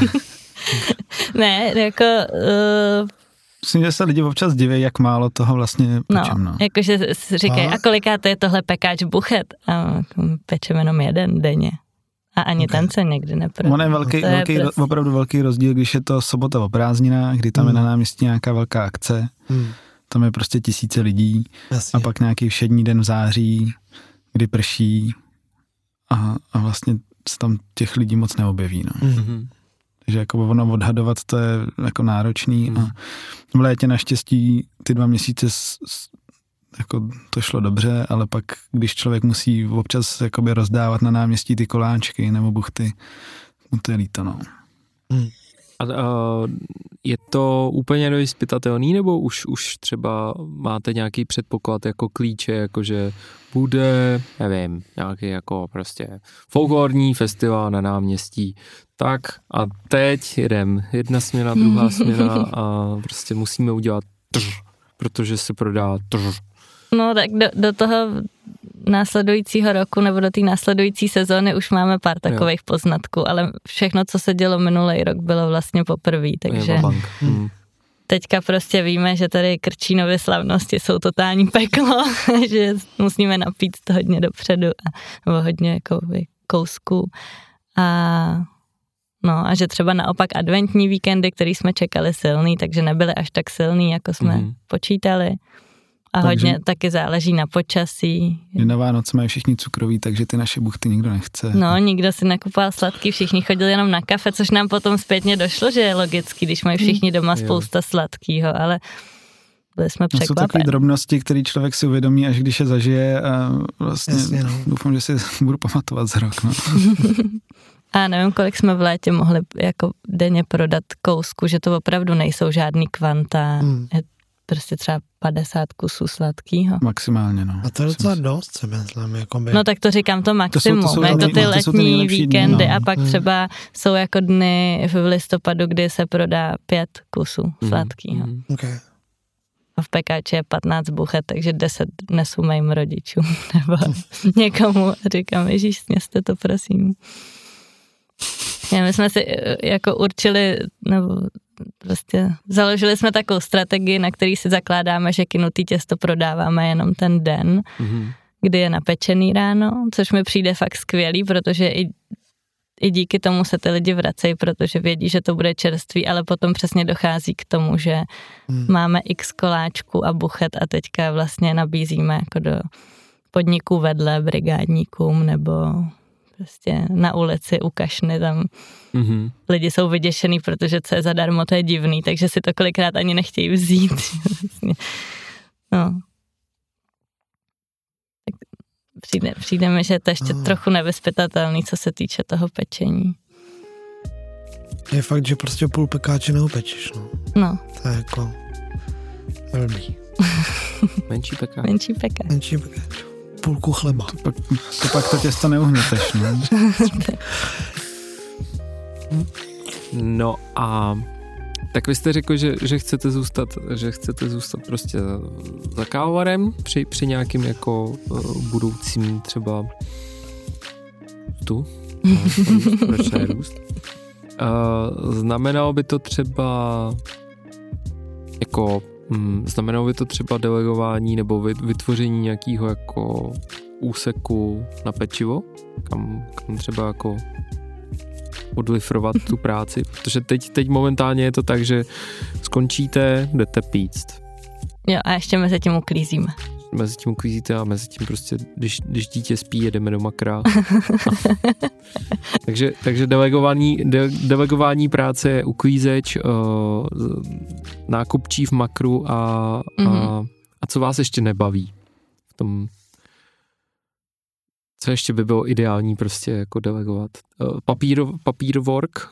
Ne, jako... Myslím, že se lidi občas diví, jak málo toho vlastně pečem. No, jakože říkají, a kolikáte je tohle pekáč buchet? A pečeme jenom jeden denně. A ani ten se někdy neprodá. On je opravdu velký rozdíl, když je to sobota o prázdninách, kdy tam je na náměstí nějaká velká akce. Tam je prostě tisíce lidí. Jasně. A pak nějaký všední den v září, kdy prší a vlastně se tam těch lidí moc neobjeví. No. Takže jako ono odhadovat to je jako náročný a v létě naštěstí ty 2 měsíce jako to šlo dobře, ale pak když člověk musí občas jakoby rozdávat na náměstí ty koláčky nebo buchty, to je líto, no. A je to úplně nevyzpytatelný, nebo už třeba máte nějaký předpoklad jako klíče, jakože bude, nevím, nějaký jako prostě folklorní festival na náměstí. Tak a teď jedem jedna směna, druhá směna a prostě musíme udělat protože se prodá No tak do toho následujícího roku nebo do té následující sezóny už máme pár takových poznatků, ale všechno, co se dělo minulý rok, bylo vlastně poprvé, takže teďka prostě víme, že tady Krčínovy slavnosti jsou totální peklo, že musíme napít to hodně dopředu nebo hodně jako kousků a že třeba naopak adventní víkendy, které jsme čekali silný, takže nebyly až tak silný, jako jsme počítali. A hodně taky záleží na počasí. Na Vánoce mají všichni cukroví, takže ty naše buchty nikdo nechce. No, nikdo si nekupoval sladký, všichni chodili jenom na kafe, což nám potom zpětně došlo, že je logický, když mají všichni doma spousta sladkýho, ale byli jsme překvapeni. Jsou takové drobnosti, které člověk si uvědomí, až když je zažije a vlastně doufám, že si budu pamatovat za rok. No. A nevím, kolik jsme v létě mohli jako denně prodat kousku, že to opravdu nejsou žádný kvanta. Prostě třeba 50 kusů sladkýho. Maximálně, no. A to je docela dost, se myslím. Jakoby. No tak to říkám to maximum, to jako ty letní víkendy a pak třeba jsou jako dny v listopadu, kdy se prodá 5 kusů sladkýho. Okay. A v pekáči je 15 buchet, takže 10 nesu mým rodičům nebo někomu. Říkám, Ježíš, sněste to, prosím. My jsme si jako určili, nebo prostě založili jsme takovou strategii, na který si zakládáme, že kynutý těsto prodáváme jenom ten den, kdy je napečený ráno, což mi přijde fakt skvělý, protože i díky tomu se ty lidi vracejí, protože vědí, že to bude čerství, ale potom přesně dochází k tomu, že máme x koláčků a buchet a teďka vlastně nabízíme jako do podniků vedle brigádníkům nebo prostě na ulici u kašny tam lidi jsou vyděšený, protože co je zadarmo, to je divný, takže si to kolikrát ani nechtějí vzít. No. Přijde mi, že to ještě trochu nevyzpytatelný, co se týče toho pečení. Je fakt, že prostě půl pekáče neupečeš, no. No. To je jako blbý. Menší pekáč. Menší pekáč. Půlku chleba. To pak to těsto neuhněteš, no. No a tak vy jste řekl, že chcete zůstat prostě za kávovarem při nějakým jako budoucím třeba proč ne růst. Znamenalo by to třeba delegování nebo vytvoření nějakého jako úseku na pečivo, kam třeba jako odlifrovat tu práci, protože teď momentálně je to tak, že skončíte, jdete píct. Jo, a ještě mezi tím uklízíme. Mezi tím uklízíte a mezi tím prostě, když dítě spí, jedeme do makra. takže delegování práce je uklízeč, nákupčí v makru a co vás ještě nebaví v tom. Co ještě by bylo ideální prostě jako delegovat? Papírwork?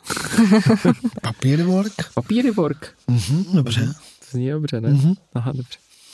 Papírwork. Dobře. To zní dobře, ne? Aha, dobře.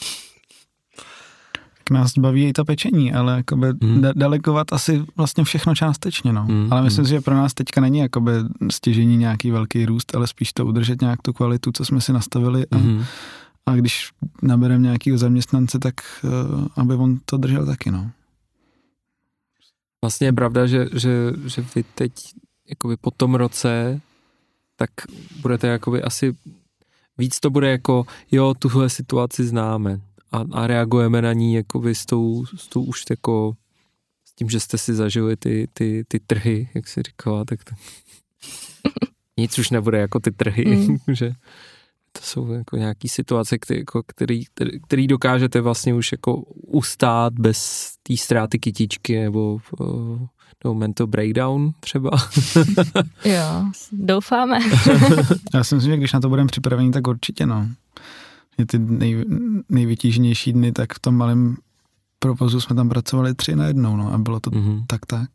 Tak nás baví i to pečení, ale jakoby delegovat asi vlastně všechno částečně, no. Ale myslím si, že pro nás teďka není jakoby stěžení nějaký velký růst, ale spíš to udržet nějak tu kvalitu, co jsme si nastavili a když nabereme nějakýho zaměstnance, tak aby on to držel taky, no. Vlastně je pravda, že vy teď jakoby po tom roce tak budete jakoby asi víc to bude jako jo, tuhle situaci známe a reagujeme na ní jakoby s tou už jako s tím, že jste si zažili ty trhy, jak jsi říkala, tak to nic už nebude jako ty trhy, že to jsou jako nějaký situace, který dokážete vlastně už jako ustát bez té ztráty kytičky nebo mental breakdown třeba. Jo, doufáme. Já si myslím, že když na to budeme připraveni, tak určitě, no. Ty nejvytíženější dny, tak v tom malém provozu jsme tam pracovali 3 najednou, no, a bylo to tak.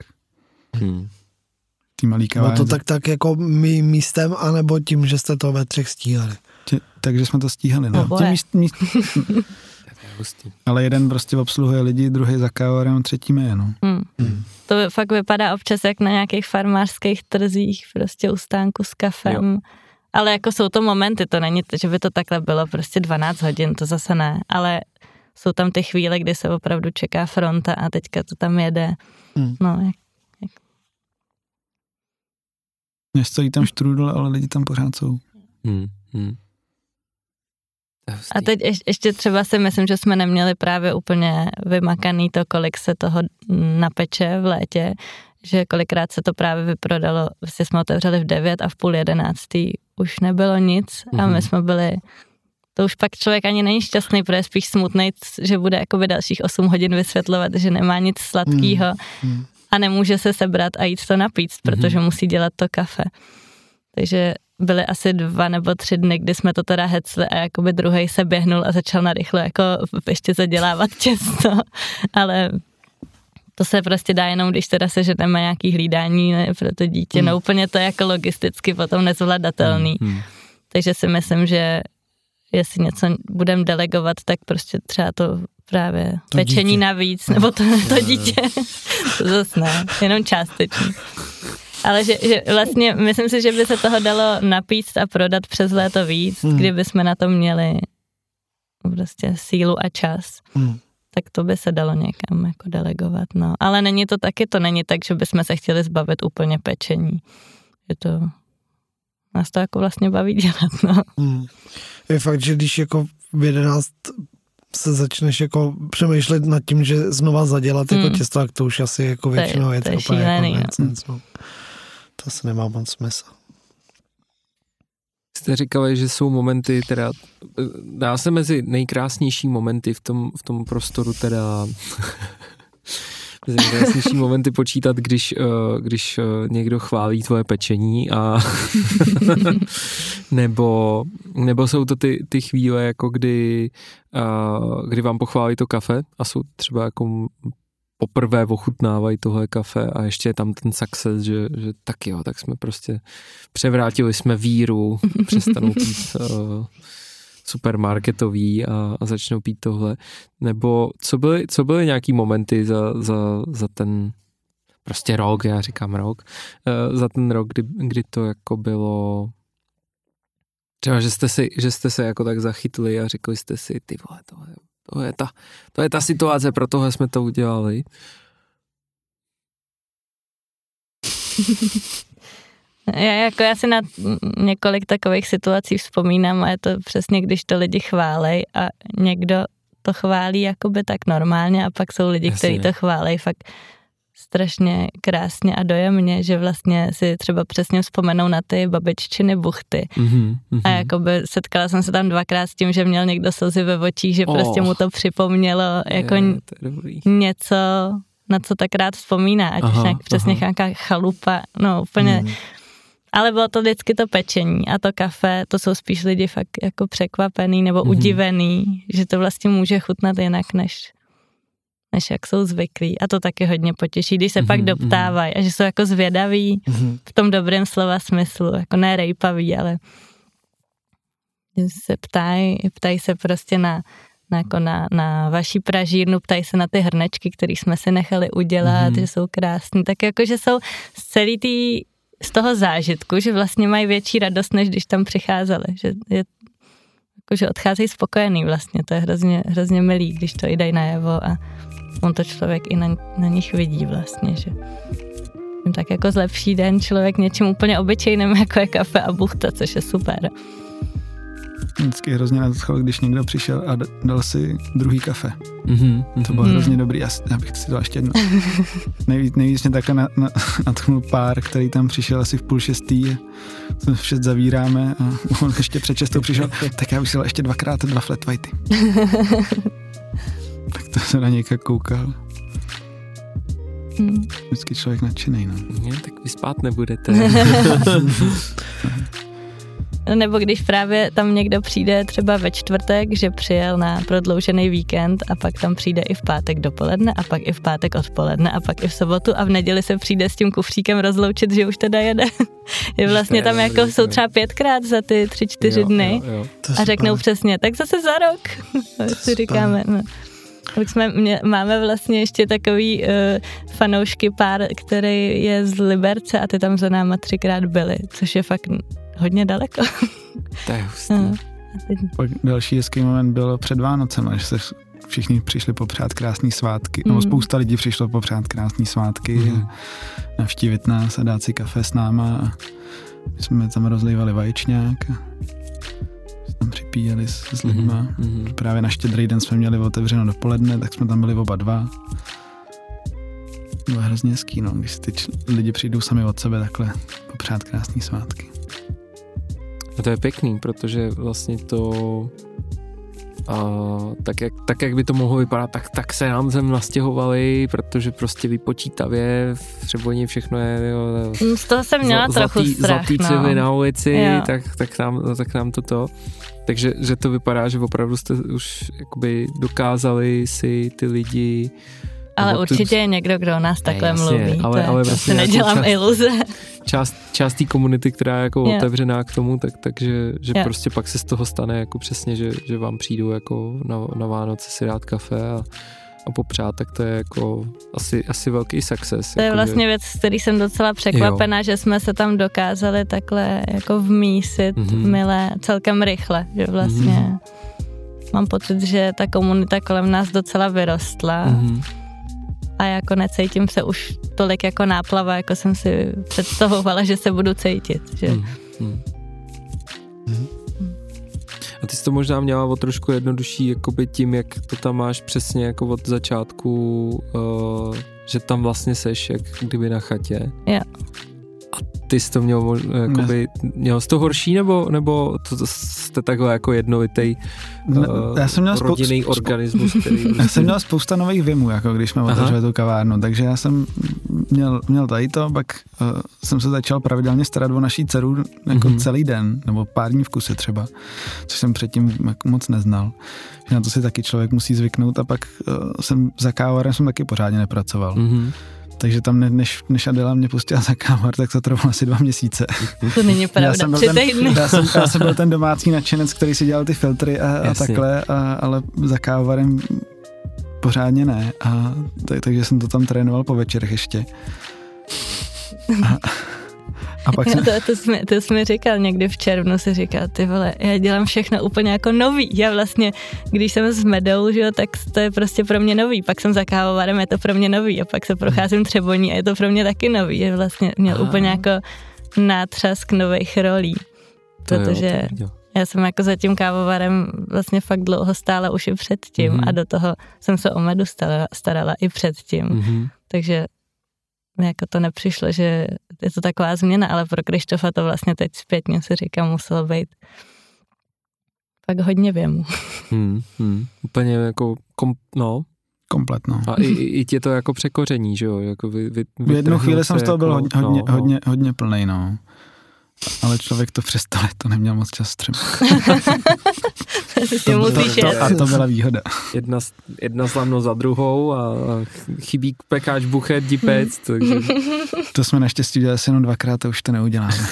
Ty malý kavárny. Bylo to tak jako místem, anebo tím, že jste to ve 3 stíhali? Takže jsme to stíhali, no. Ale jeden prostě obsluhuje lidi, druhý za kávorem, třetí je, no. To fakt vypadá občas jak na nějakých farmářských trzích, prostě u stánku s kafem. Jo. Ale jako jsou to momenty, to není, že by to takhle bylo prostě 12 hodin, to zase ne, ale jsou tam ty chvíle, kdy se opravdu čeká fronta a teďka to tam jede. No, Nestojí tam štrůdl, ale lidi tam pořád jsou. A teď ještě třeba si myslím, že jsme neměli právě úplně vymakaný to, kolik se toho napeče v létě, že kolikrát se to právě vyprodalo, vlastně jsme otevřeli v 9 a v 10:30 už nebylo nic a my jsme byli, to už pak člověk ani není šťastný, protože je spíš smutnej, že bude jakoby dalších 8 hodin vysvětlovat, že nemá nic sladkýho a nemůže se sebrat a jít to napít, protože musí dělat to kafe. Takže byly asi 2 nebo 3 dny, kdy jsme to teda hecli a jakoby druhej se běhnul a začal narychlo jako ještě zadělávat těsto, ale to se prostě dá jenom, když teda seženeme nějaký hlídání pro to dítě, no úplně to je jako logisticky potom nezvladatelný. Takže si myslím, že jestli něco budeme delegovat, tak prostě třeba to právě to pečení dítě navíc, nebo to dítě, to zase ne, jenom částečně. Ale že vlastně myslím si, že by se toho dalo napít a prodat přes léto víc, kdyby jsme na to měli prostě sílu a čas. Tak to by se dalo někam jako delegovat, no. Ale není to taky, to není tak, že bychom se chtěli zbavit úplně pečení. Je to nás to jako vlastně baví dělat, no. Je fakt, že když jako v 11 se začneš jako přemýšlet nad tím, že znova zadělat jako těsto, tak to už asi jako většinou je to úplně šílený, jako no. To asi nemá moc smysl. Jste říkali, že jsou momenty, teda dá se mezi nejkrásnější momenty v tom prostoru teda mezi nejkrásnější momenty počítat, když někdo chválí tvoje pečení a nebo jsou to ty chvíle, jako kdy vám pochválí to kafe a jsou třeba jako poprvé ochutnávají tohle kafe a ještě je tam ten success, že tak jo, tak jsme prostě převrátili jsme víru, přestanou pít supermarketový a začnou pít tohle. Nebo co byly nějaký momenty za ten prostě rok, já říkám rok, za ten rok, kdy to jako bylo třeba, že jste se jako tak zachytli a řekli jste si, ty vole, to je ta situace, pro tohle jsme to udělali. Já si na několik takových situací vzpomínám a je to přesně, když to lidi chválej a někdo to chválí jakoby tak normálně a pak jsou lidi, kteří to chválej fakt strašně krásně a dojemně, že vlastně si třeba přesně vzpomenou na ty babiččiny buchty. A jakoby setkala jsem se tam 2krát s tím, že měl někdo slzy ve očích, že prostě mu to připomnělo jako něco, na co tak rád vzpomíná, ať už přesně nějaká chalupa, no úplně. Ale bylo to vždycky to pečení a to kafe, to jsou spíš lidi fakt jako překvapený nebo udivený, že to vlastně může chutnat jinak, než jak jsou zvyklí. A to taky hodně potěší, když se pak doptávají a že jsou jako zvědaví v tom dobrém slova smyslu, jako ne rejpaví, ale se ptají se prostě na vaší pražírnu, ptají se na ty hrnečky, které jsme si nechali udělat, že jsou krásný. Tak jako, že jsou z toho zážitku, že vlastně mají větší radost, než když tam přicházeli. Že odcházejí spokojený vlastně. To je hrozně milý, když to i dají najevo a on to člověk i na nich vidí vlastně, že tak jako zlepší den člověk něčím úplně obyčejným, jako je kafe a buchta, což je super. Vždycky hrozně nadchlo, když někdo přišel a dal si druhý kafe. To bylo hrozně dobrý, já bych si dal ještě jedno. Nejvíc mě takhle nadchnul pár, který tam přišel asi v 5:30, jsme v 6 zavíráme a on ještě před 6 přišel, tak já bych si dal ještě 2 flat whitey. Tak to se na něj koukal. Vždycky člověk nadšenej, no. Tak vy spát nebudete. Nebo když právě tam někdo přijde třeba ve čtvrtek, že přijel na prodloužený víkend a pak tam přijde i v pátek dopoledne a pak i v pátek odpoledne a pak i v sobotu a v neděli se přijde s tím kufříkem rozloučit, že už teda jede. Je vlastně tam jako jsou třeba 5krát za ty 3-4 dny a řeknou přesně, tak zase za rok. Si říkáme, no. Tak máme vlastně ještě takový fanoušky pár, který je z Liberce a ty tam za náma 3krát byli, což je fakt hodně daleko. To je hustý. Pak další hezký moment byl před Vánocem, že se všichni přišli popřát krásný svátky, nebo spousta lidí přišlo popřát krásný svátky, navštívit nás a dát si kafe s náma. My jsme tam rozlívali vaječňák a tam připíjeli s lidma. Právě na Štědrý den jsme měli otevřeno dopoledne, tak jsme tam byli oba dva. Bylo hrozně hezký, no, když ty lidi přijdou sami od sebe takhle popřát krásný svátky. A to je pěkný, protože vlastně to tak jak by to mohlo vypadat, tak se nám sem nastěhovali, protože prostě vypočítavě v Třeboni všechno je z toho jsem měla trochu strach, zlatý civy na ulici, tak nám to. Takže že to vypadá, že opravdu jste už jakoby dokázali si ty lidi. Ale určitě je někdo, kdo o nás takhle mluví. Ale to si nedělám iluze. Část té komunity, která je jako otevřená k tomu, takže prostě pak se z toho stane jako přesně, že vám přijdou jako na Vánoce si dát kafe a popřát, tak to je jako asi velký success. To je vlastně věc, s který jsem docela překvapená, že jsme se tam dokázali takhle jako vmísit milé celkem rychle, že vlastně mám pocit, že ta komunita kolem nás docela vyrostla. A jako necítím se už tolik jako náplava, jako jsem si představovala, že se budu cítit. Že? A ty jsi to možná měla o trošku jednodušší, jakoby tím, jak to tam máš přesně jako od začátku, že tam vlastně seš jak kdyby na chatě. Jo. A ty jsi to měl, jakoby, měl jsi to horší, nebo to jste takhle jako jednolitý rodinný organismus, který... Já jsem měl spousta nových věmů, jako když jsme otevřeli tu kavárnu, takže já jsem měl tady to, pak jsem se začal pravidelně starat o naší dceru jako celý den, nebo pár dní v kuse třeba, což jsem předtím moc neznal. Že na to si taky člověk musí zvyknout a pak za kávarem jsem taky pořádně nepracoval. Takže tam, než Adela mě pustila za kávar, tak to trvalo asi 2 měsíce. To není pravda, 3 týdny. Já jsem byl ten domácí nadšenec, který si dělal ty filtry a takhle, ale za kávarem pořádně ne. Takže jsem to tam trénoval po večerech ještě. A pak to jsi mi říkal někdy v červnu, si říkal, ty vole, já dělám všechno úplně jako nový. Já vlastně, když jsem s Medou, že, tak to je prostě pro mě nový. Pak jsem za kávovarem, je to pro mě nový. A pak se procházím Třeboní a je to pro mě taky nový. Je vlastně měl úplně jako nátřask nových rolí. Protože já jsem jako za tím kávovarem vlastně fakt dlouho stála už i předtím a do toho jsem se o Medu starala i předtím. Takže jako to nepřišlo, že je to taková změna, ale pro Krištofa to vlastně teď zpětně si říkám, muselo být fakt hodně věmu. Úplně jako, kompletno. A i tě to jako překoření, že jo? Jako v jednu chvíli jsem z toho byl hodně plnej, no. Ale člověk to přestal, to neměl moc čas třeba. A to byla výhoda. Jedna slavnost za druhou a chybí pekáč, buchet, dipec, takže... To jsme naštěstí dělali asi jenom 2krát, to už to neuděláme.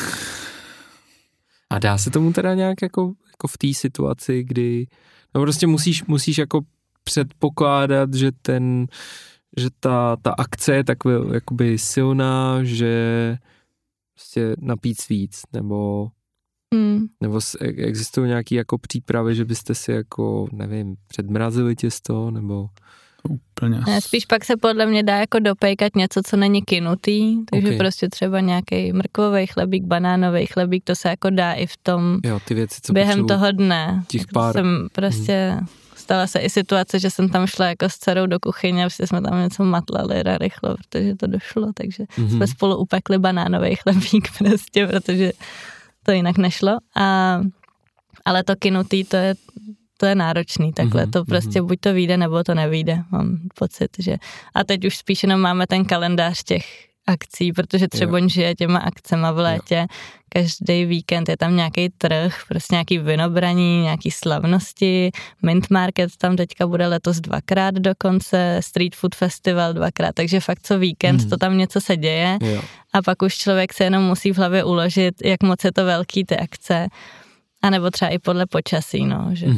A dá se tomu teda nějak jako v té situaci, kdy... No prostě musíš jako předpokládat, že ta akce je tak jakoby silná, že prostě napít víc, nebo existují nějaké jako přípravy, že byste si jako, nevím, předmrazili těsto, nebo... Úplně. Ne, spíš pak se podle mě dá jako dopejkat něco, co není kynutý, takže prostě třeba nějaký mrkvový chlebík, banánový chlebík, to se jako dá i v tom ty věci, co během toho dne. Těch pár... Jsem prostě... Stala se i situace, že jsem tam šla jako s dcerou do kuchyně a prostě jsme tam něco matlali rychlo, protože to došlo, takže jsme spolu upekli banánový chlebík prostě, protože to jinak nešlo. Ale to kynutý, to je náročný takhle, to prostě buď to vyjde, nebo to nevyjde, mám pocit, že... A teď už spíš jenom máme ten kalendář těch akcí, protože Třeboň žije těma akcema v létě. Každý víkend je tam nějaký trh, prostě nějaký vinobraní, nějaký slavnosti, Mint Market tam teďka bude letos 2krát dokonce, Street Food Festival 2krát, takže fakt co víkend to tam něco se děje a pak už člověk se jenom musí v hlavě uložit, jak moc je to velký ty akce, anebo třeba i podle počasí, no, že...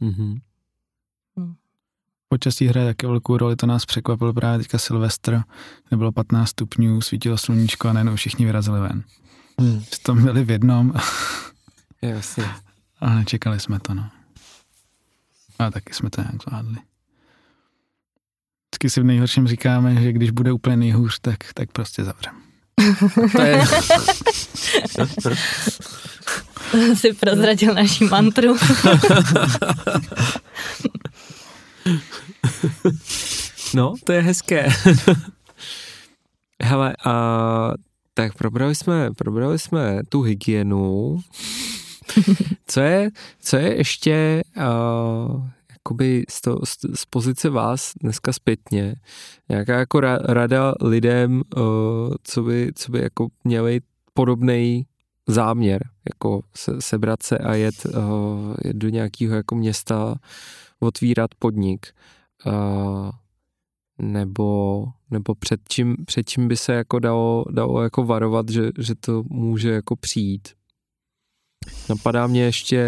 Počasí hraje taky velkou roli, to nás překvapilo právě teďka Silvestr, kde bylo 15 stupňů, svítilo sluníčko a najednou všichni vyrazili ven. Že to byli v jednom Jasně. a nečekali jsme to, no. A taky jsme to nějak zvládli. Vždycky si v nejhorším říkáme, že když bude úplně nejhůř, tak prostě zavřem. To je... si prozradil naší mantru. No, to je hezké. Hele, tak probrali jsme tu hygienu. Co je ještě jakoby z pozice vás dneska zpětně nějaká jako rada lidem, co by jako měli podobnej záměr, jako sebrat se a jet do nějakého jako města, otvírat podnik, nebo před čím by se jako dalo jako varovat, že to může jako přijít. Napadá mě,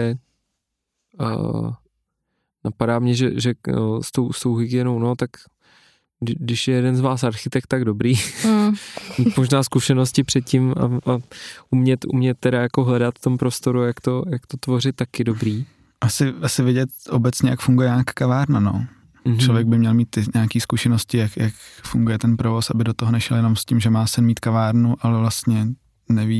že s tou hygienou, no tak když je jeden z vás architekt, tak dobrý. Mít možná zkušenosti předtím a umět teda jako hledat v tom prostoru, jak to tvořit, taky dobrý. Asi vidět obecně, jak funguje nějaká kavárna, no. Člověk by měl mít nějaké zkušenosti, jak funguje ten provoz, aby do toho nešel jenom s tím, že má sen mít kavárnu, ale vlastně neví,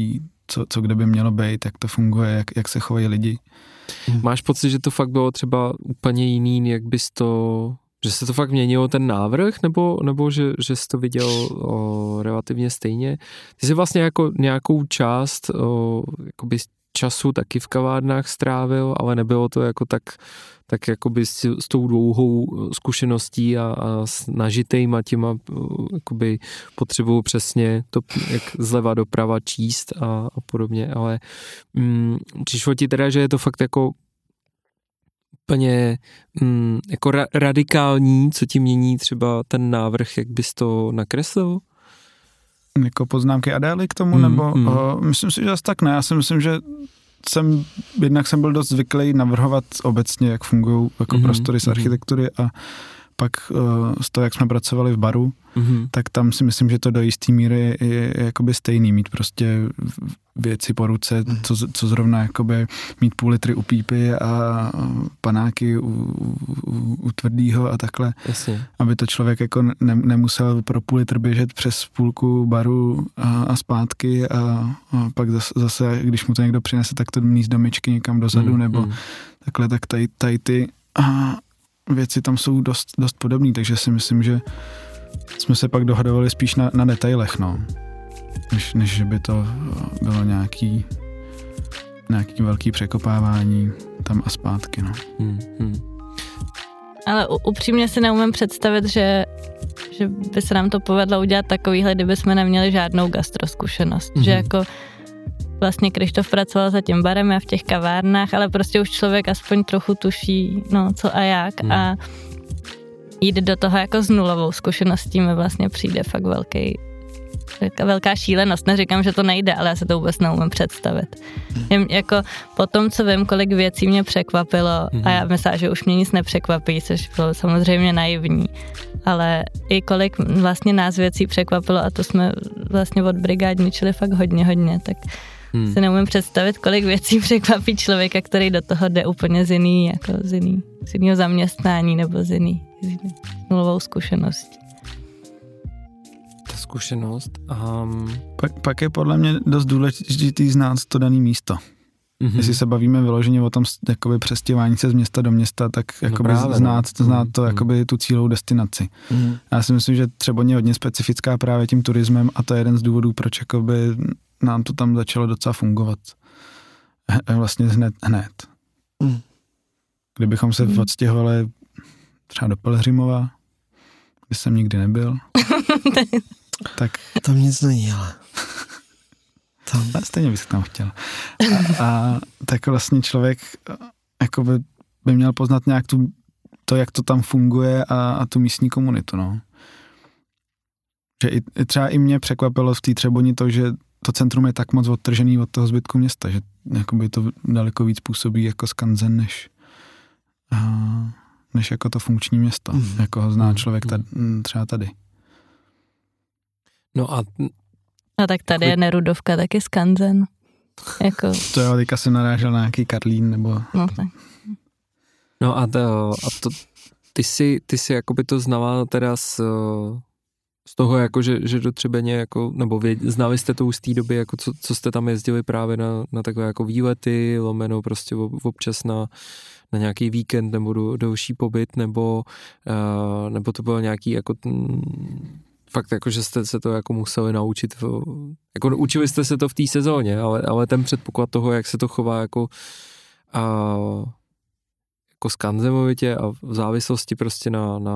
co kde by mělo být, jak to funguje, jak se chovají lidi. Máš pocit, že to fakt bylo třeba úplně jiný, jak bys to, že se to fakt měnilo ten návrh, nebo že jsi to viděl relativně stejně? Ty jsi vlastně jako nějakou část jakoby času taky v kavárnách strávil, ale nebylo to jako tak jakoby s tou dlouhou zkušeností a nažitejma těma jakoby potřebou přesně to jak zleva doprava číst a podobně, ale přišlo ti teda, že je to fakt jako úplně jako radikální, co ti mění třeba ten návrh, jak bys to nakreslil? Jako poznámky Adély k tomu, nebo myslím si, že asi tak ne. Já si myslím, že jednak jsem byl dost zvyklý navrhovat obecně, jak fungují jako prostory z architektury a pak z toho, jak jsme pracovali v baru, tak tam si myslím, že to do jistý míry je jakoby stejný, mít prostě věci po ruce, co zrovna jakoby mít půl litry u pípy a panáky u tvrdýho a takhle. Jasně. Aby to člověk jako nemusel pro půl litr běžet přes půlku baru a zpátky a pak zase, když mu to někdo přinese, tak to mít z domičky někam dozadu nebo takhle, tak tady ty věci tam jsou dost podobný, takže si myslím, že jsme se pak dohadovali spíš na detailech, no. Než že by to bylo nějaký velký překopávání tam a zpátky, no. Ale upřímně si neumím představit, že by se nám to povedlo udělat takovýhle, kdyby jsme neměli žádnou gastroskušenost. Že jako vlastně Kryštof pracoval za tím barem a v těch kavárnách, ale prostě už člověk aspoň trochu tuší, no co a jak a jít do toho jako s nulovou zkušeností mi vlastně přijde fakt velká šílenost. Neříkám, že to nejde, ale já se to vůbec neumím představit. Jako po tom, co vím, kolik věcí mě překvapilo a já myslím, že už mě nic nepřekvapí, což bylo samozřejmě naivní, ale i kolik vlastně nás věcí překvapilo a to jsme vlastně od brigádničili fakt hodně, tak si neumím představit, kolik věcí překvapí člověka, který do toho jde úplně z jiného zaměstnání nebo z nulovou zkušeností. Ta zkušenost. Pak je podle mě dost důležitý znát to dané místo. Jestli se bavíme vyloženě o tom jakoby přestěhování se z města do města, tak jakoby znát to jakoby tu cílovou destinaci. Já si myslím, že třeba je hodně specifická právě tím turismem a to je jeden z důvodů, proč jakoby nám to tam začalo docela fungovat. Vlastně hned. Kdybychom se odstěhovali třeba do Pelhřimova, kde jsem nikdy nebyl, tak... Tam nic není, ale... Stejně bych tam chtěl. A tak vlastně člověk jakoby by měl poznat nějak to, jak to tam funguje a tu místní komunitu, no. Že třeba i mě překvapilo v té Třeboni to, že to centrum je tak moc odtržený od toho zbytku města, že jakoby to daleko víc působí jako skanzen, než jako to funkční město, jako ho zná člověk třeba tady. No a tak tady je Nerudovka taky skanzen. Jako... To jo, teďka jsem narážel na nějaký Karlín, nebo... No tak. No a ty jsi jakoby to znala teda z toho, jako, že do Třebeně, jako, nebo znali jste to už z té doby, jako co jste tam jezdili právě na takové jako výlety, lomeno prostě občas na nějaký víkend nebo delší pobyt, nebo to bylo nějaký jako... Fakt jako, že jste se to jako museli naučit, jako učili jste se to v té sezóně, ale ten předpoklad toho, jak se to chová jako skanzemovitě a v závislosti prostě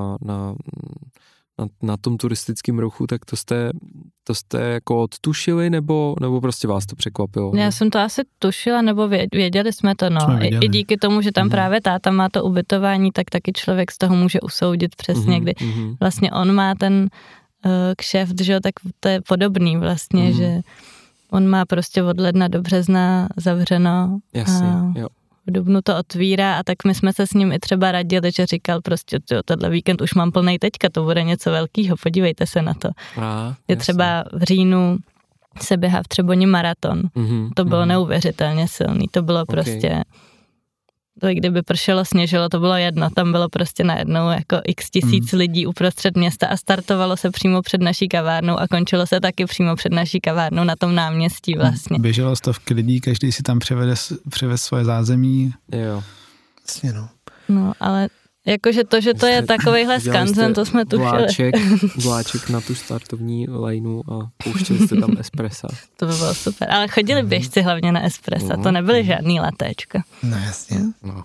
na tom turistickém ruchu, tak to jste jako odtušili, nebo prostě vás to překvapilo? Já jsem to asi tušila, nebo věděli jsme to, no. I díky tomu, že tam právě táta má to ubytování, tak taky člověk z toho může usoudit přesně, kdy vlastně on má ten kšeft, že jo, tak to je podobný vlastně, že on má prostě od ledna do března zavřeno. Jasně, jo. V dubnu to otvírá a tak my jsme se s ním i třeba radili, že říkal prostě, tenhle víkend už mám plnej teďka, to bude něco velkýho, podívejte se na to. Je třeba v říjnu se běhá v Třeboni maraton. To bylo neuvěřitelně silný, to bylo prostě To kdyby pršelo, sněžilo, to bylo jedno. Tam bylo prostě najednou jako x tisíc lidí uprostřed města a startovalo se přímo před naší kavárnou a končilo se taky přímo před naší kavárnou na tom náměstí vlastně. Běželo stovky lidí, každý si tam přivez svoje zázemí. Jo. Jasně, no. No, ale jakože to, že to je takovejhle skanzen, to jsme tušili. Vláček na tu startovní lajnu a pouštěli jste tam espressa. To by bylo super, ale chodili běžci hlavně na espressa, to nebyly žádný latéčka. No jasně. No.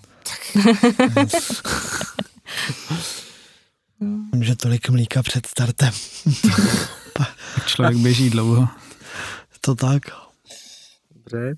Že tolik mlíka před startem. Člověk běží dlouho. To tak. Dobře.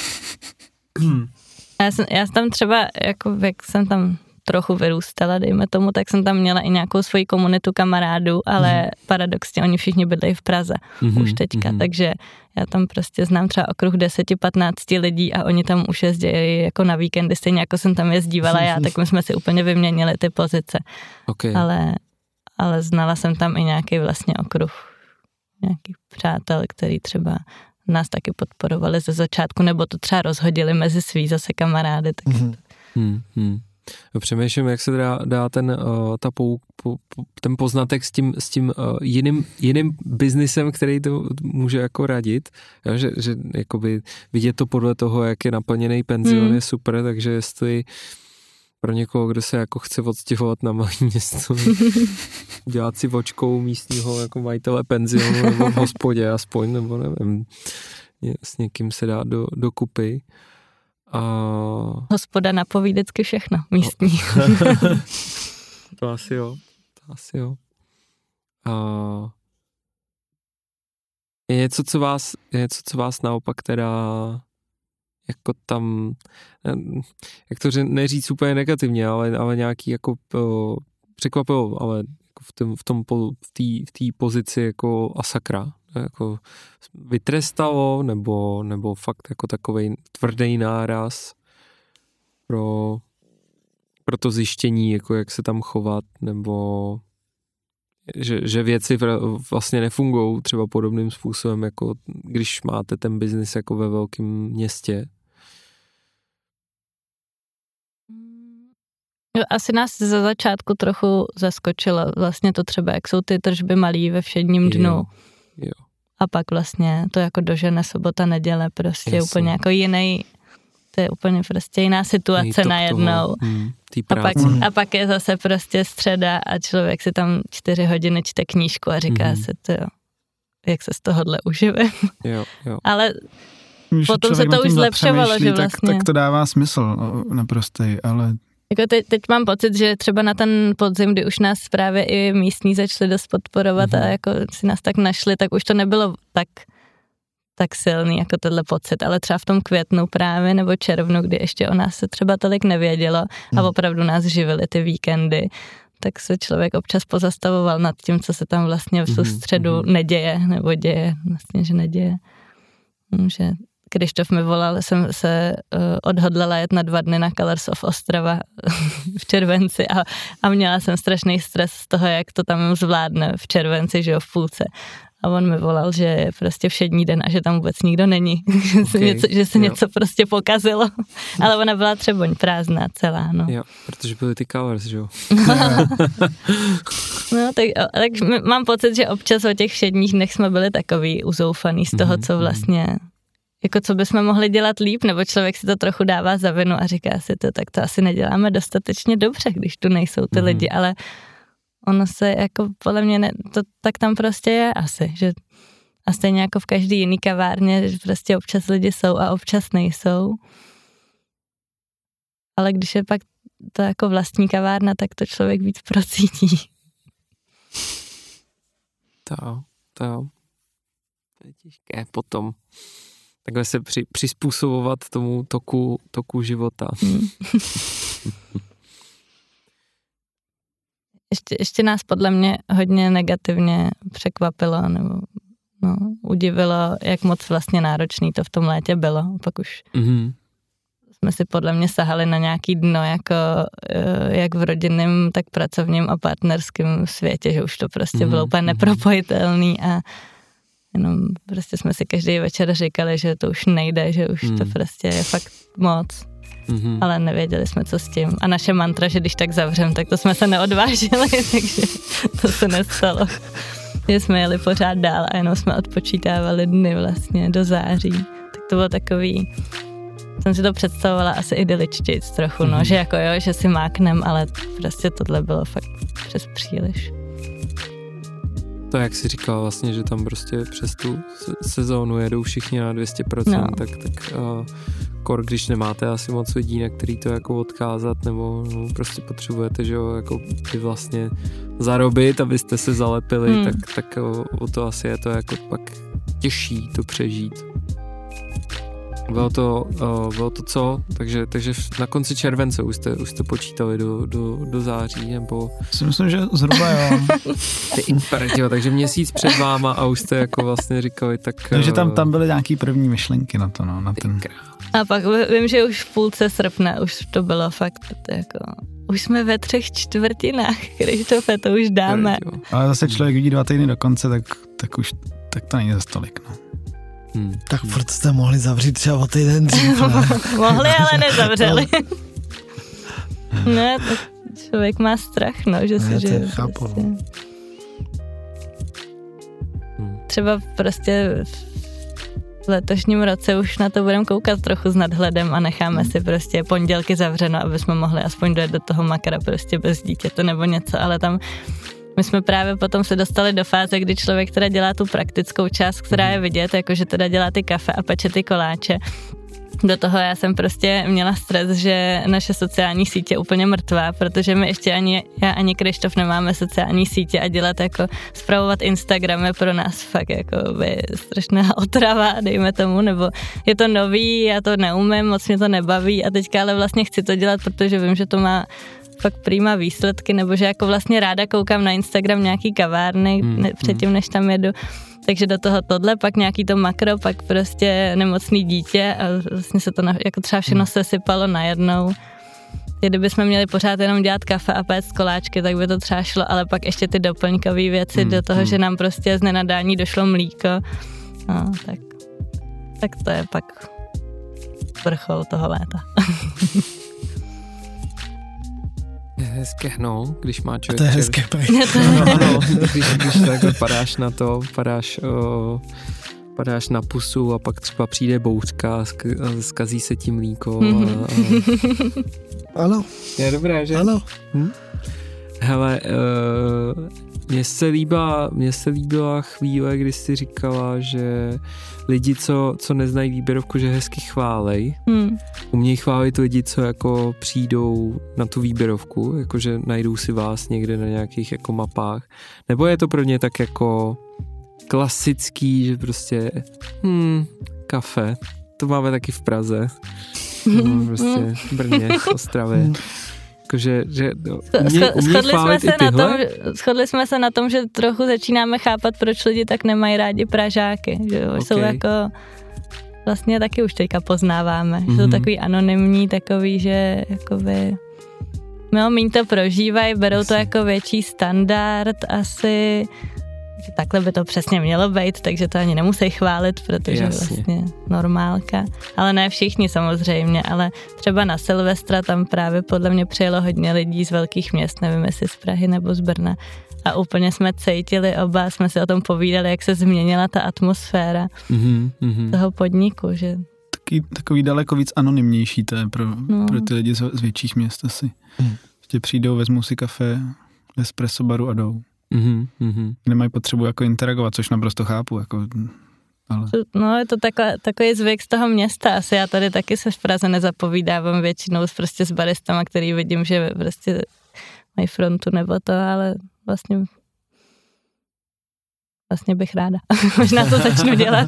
Já jsem tam třeba, jako jak jsem tam trochu vyrůstala, dejme tomu, tak jsem tam měla i nějakou svoji komunitu kamarádů, ale paradoxně oni všichni bydlejí v Praze už teďka, takže já tam prostě znám třeba okruh 10-15 lidí a oni tam už jezdí jako na víkendy, stejně jako jsem tam jezdívala já, tak my jsme si úplně vyměnili ty pozice. Okay. Ale znala jsem tam i nějaký vlastně okruh nějakých přátel, který třeba nás taky podporovali ze začátku, nebo to třeba rozhodili mezi svý zase kamarády. Tak Přemýšlím, jak se dá ten poznatek s tím jiným biznisem, který to může jako radit, jo, že jakoby vidět to podle toho, jak je naplněný penzion, je super, takže jestli pro někoho, kdo se jako chce odstěhovat na malé město, dělat si vočkou místního jako majitele penzionu nebo v hospodě aspoň, nebo nevím, s někým se dá dokupy. Hospoda napoví vždycky všechno místní. To asi jo. Je něco, co vás naopak teda jako tam, jak to neříct úplně negativně, ale nějaký jako překvapilo, ale v té pozici jako asakra, jako vytrestalo, nebo fakt jako takovej tvrdý náraz pro to zjištění, jako jak se tam chovat, nebo že věci vlastně nefungují třeba podobným způsobem, jako když máte ten biznis jako ve velkém městě. Asi nás za začátku trochu zaskočilo vlastně to třeba, jak jsou ty tržby malý ve všedním dnu. Jo. A pak vlastně to jako dožene sobota, neděle, prostě jasně. Úplně jako jiný, to je úplně prostě jiná situace najednou. A pak je zase prostě středa a člověk si tam 4 hodiny čte knížku a říká si, jak se z tohohle uživím. Jo. Ale potom se to už zlepšovalo, že vlastně. Tak to dává smysl naprostej, ale... Jako teď mám pocit, že třeba na ten podzim, kdy už nás právě i místní začali dost podporovat a jako si nás tak našli, tak už to nebylo tak silný jako tenhle pocit, ale třeba v tom květnu právě nebo červnu, kdy ještě o nás se třeba tolik nevědělo a opravdu nás živily ty víkendy, tak se člověk občas pozastavoval nad tím, co se tam vlastně v tu středu neděje, nebo děje, vlastně, že neděje. Že Krištof mi volal, jsem se odhodlala jet na 2 dny na Colors of Ostrava v červenci a měla jsem strašný stres z toho, jak to tam zvládne v červenci, že jo, v půlce. A on mi volal, že je prostě všední den a že tam vůbec nikdo není, že se něco prostě pokazilo. Ale ona byla Třeboň prázdná celá, no. Jo, protože byly ty Colors, že jo. No, tak mám pocit, že občas o těch všedních dnech jsme byli takový uzoufaný z toho, co vlastně... Jako co bychom mohli dělat líp, nebo člověk si to trochu dává za vinu a říká si to, tak to asi neděláme dostatečně dobře, když tu nejsou ty lidi, ale ono se jako podle mě, tak tam prostě je asi, že a stejně jako v každý jiný kavárně, že prostě občas lidi jsou a občas nejsou. Ale když je pak to jako vlastní kavárna, tak to člověk víc procítí. To je těžké potom. Takhle se přizpůsobovat tomu toku života. Ještě nás podle mě hodně negativně překvapilo, nebo udivilo, jak moc vlastně náročný to v tom létě bylo. Pak už jsme si podle mě sahali na nějaký dno, jako jak v rodinném, tak pracovním a partnerském světě, že už to prostě bylo úplně nepropojitelný a jenom prostě jsme si každý večer říkali, že to už nejde, že už to prostě je fakt moc. ale nevěděli jsme, co s tím. A naše mantra, že když tak zavřem, tak to jsme se neodvážili, takže to se nestalo. Že jsme jeli pořád dál a jenom jsme odpočítávali dny vlastně do září. Tak to bylo takový, jsem si to představovala asi idyličtějc trochu, no, že jako jo, že si máknem, ale prostě tohle bylo fakt přes příliš. To, jak jsi říkal vlastně, že tam prostě přes tu sezónu jedou všichni na 200%, tak kor, když nemáte asi moc lidí, na který to jako odkázat, nebo prostě potřebujete, že jo, jako ty vlastně zarobit, abyste se zalepili, tak o to asi je to jako pak těžší to přežít. Bylo to co? Takže na konci července už jste počítali do září, nebo... Myslím, že zhruba jo. Takže měsíc před váma a už jste jako vlastně říkali, tak... Takže tam byly nějaký první myšlenky na to, no, na ten... A pak vím, že už v půlce srpna už to bylo fakt jako... Už jsme ve 3/4, Krištofe, to už dáme. Ale zase člověk vidí 2 týdny do konce, tak to není za stolik, no. Tak proto jste mohli zavřít třeba o týden dřív, ne? Mohli, ale nezavřeli. Ne, to člověk má strach, no, že si žije. Chápu. Prostě. Třeba prostě v letošním roce už na to budeme koukat trochu s nadhledem a necháme si prostě pondělky zavřeno, aby jsme mohli aspoň dojet do toho makra prostě bez dítěte nebo něco, ale tam my jsme právě potom se dostali do fáze, kdy člověk teda dělá tu praktickou část, která je vidět, jakože teda dělá ty kafe a peče ty koláče. Do toho já jsem prostě měla stres, že naše sociální sítě je úplně mrtvá, protože my ještě ani Krištof nemáme sociální sítě a dělat jako spravovat Instagram je pro nás fakt jako by strašná otrava, dejme tomu, nebo je to nový, já to neumím, moc mě to nebaví a teďka ale vlastně chci to dělat, protože vím, že to má fakt prýma výsledky, nebo že jako vlastně ráda koukám na Instagram nějaký kavárny předtím, než tam jedu. Takže do toho tohle, pak nějaký to makro, pak prostě nemocný dítě a vlastně se to jako třeba všechno sesypalo najednou. Kdybychom měli pořád jenom dělat kafe a péct koláčky, tak by to třeba šlo, ale pak ještě ty doplňkové věci do toho, že nám prostě z nenadání došlo mlíko. No, tak to je pak vrchol toho léta. Je hezké, no, když má člověk... To je hezké, no, když tak padáš na pusu a pak třeba přijde bouřka a zkazí se tím mlíko. Ano. Je dobré, že? Ano. Hele, mně se líbila chvíle, kdy jsi říkala, že lidi, co neznají výběrovku, že hezky chválej. Umějí chválit lidi, co jako přijdou na tu výběrovku, jakože najdou si vás někde na nějakých jako mapách. Nebo je to pro ně tak jako klasický, že prostě kafe, to máme taky v Praze. No, prostě v Brně, v Ostravě. Shodli jsme se na tom, že trochu začínáme chápat, proč lidi tak nemají rádi Pražáky. Že jsou jako vlastně taky už teďka poznáváme. Že jsou takový anonymní, takový, že jakoby míň to prožívají, berou to jako větší standard asi. Takhle by to přesně mělo být, takže to ani nemusí chválit, protože vlastně normálka. Ale ne všichni samozřejmě, ale třeba na Silvestra tam právě podle mě přijelo hodně lidí z velkých měst, nevím jestli z Prahy nebo z Brna. A úplně jsme cítili oba, jsme si o tom povídali, jak se změnila ta atmosféra toho podniku. Že... Takový daleko víc anonymnější to je pro ty lidi z větších měst asi. Prostě přijdou, vezmou si kafe v espresso baru a jdou. Nemají potřebu jako interagovat, což naprosto chápu. Jako, ale... No je to takový zvyk z toho města. Asi já tady taky se v Praze nezapovídávám většinou prostě s baristama, který vidím, že prostě mají frontu nebo to, ale vlastně bych ráda. Možná to začnu dělat.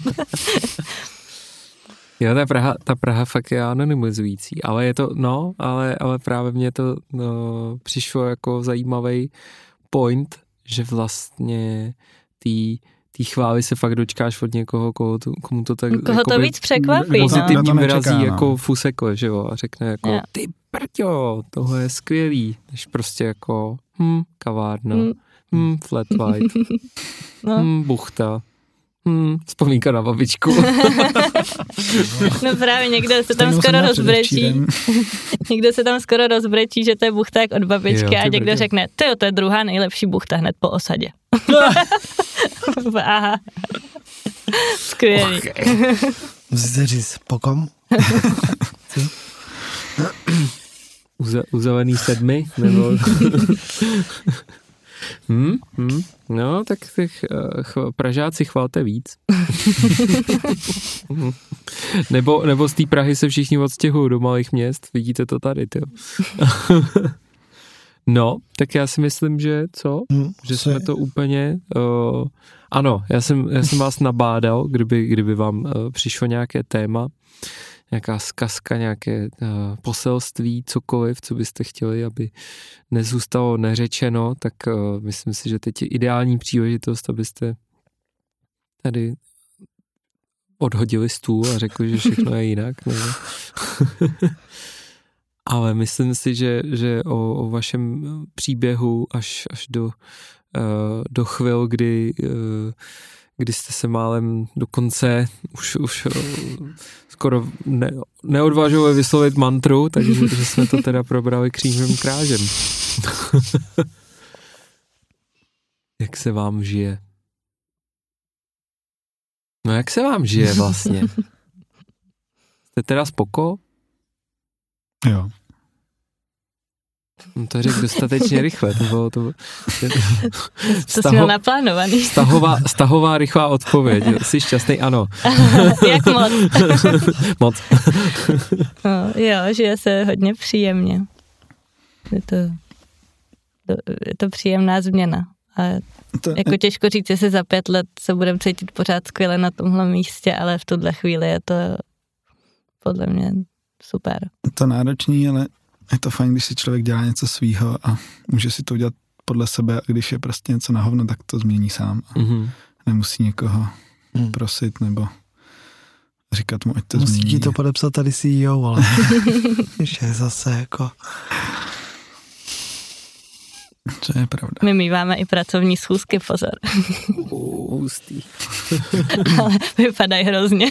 Jo, ta Praha fakt je anonymizující, ale je to, ale právě mně to přišlo jako zajímavý point, že vlastně tý chvály se fakt dočkáš od někoho, komu to tak... Koho to víc překvapí, pozitivně vyrazí jako fusekle, že jo, a řekne jako ty prťo, tohle je skvělý, než prostě jako kavárna, flat white, buchta. Vzpomínka na babičku. No právě někde se tam skoro rozbrečí. Někde se tam skoro rozbrečí, že to je buchták od babičky a někdo řekne, to je druhá nejlepší buchta hned po osadě. Aha. Skvělý. Musíte říct, pokom? Uzavený 7, nebo... No, tak těch Pražáci chvalte víc. nebo z té Prahy se všichni odstěhují do malých měst. Vidíte to tady, tyjo. No, tak já si myslím, že co? Že jsme to úplně... ano, já jsem vás nabádal, kdyby vám přišlo nějaké téma, nějaká zkazka, nějaké poselství, cokoliv, co byste chtěli, aby nezůstalo neřečeno, tak myslím si, že teď je ideální příležitost, abyste tady odhodili stůl a řekli, že všechno je jinak. Nebo... Ale myslím si, že o vašem příběhu až do chvil, kdy jste se málem dokonce už skoro neodvážili vyslovit mantru, takže jsme to teda probrali křížem krážem. Jak se vám žije? No jak se vám žije vlastně? Jste teda spoko? Jo. No to řekl dostatečně rychle. To měl naplánovaný. Stahová rychlá odpověď. Jsi šťastný? Ano. Jak moc? Moc. No, jo, žije se hodně příjemně. Je to příjemná změna. A jako těžko říct, jestli za 5 let se budeme cítit pořád skvěle na tomhle místě, ale v tuhle chvíli je to podle mě super. Je to náročný, ale je to fajn, když si člověk dělá něco svýho a může si to udělat podle sebe a když je prostě něco na hovno, tak to změní sám. A nemusí někoho prosit nebo říkat mu, ať to změní. Musí ti to podepsat tady CEO, ale že je zase jako... To je pravda. My míváme i pracovní schůzky, pozor. Hustý. Ale vypadají hrozně.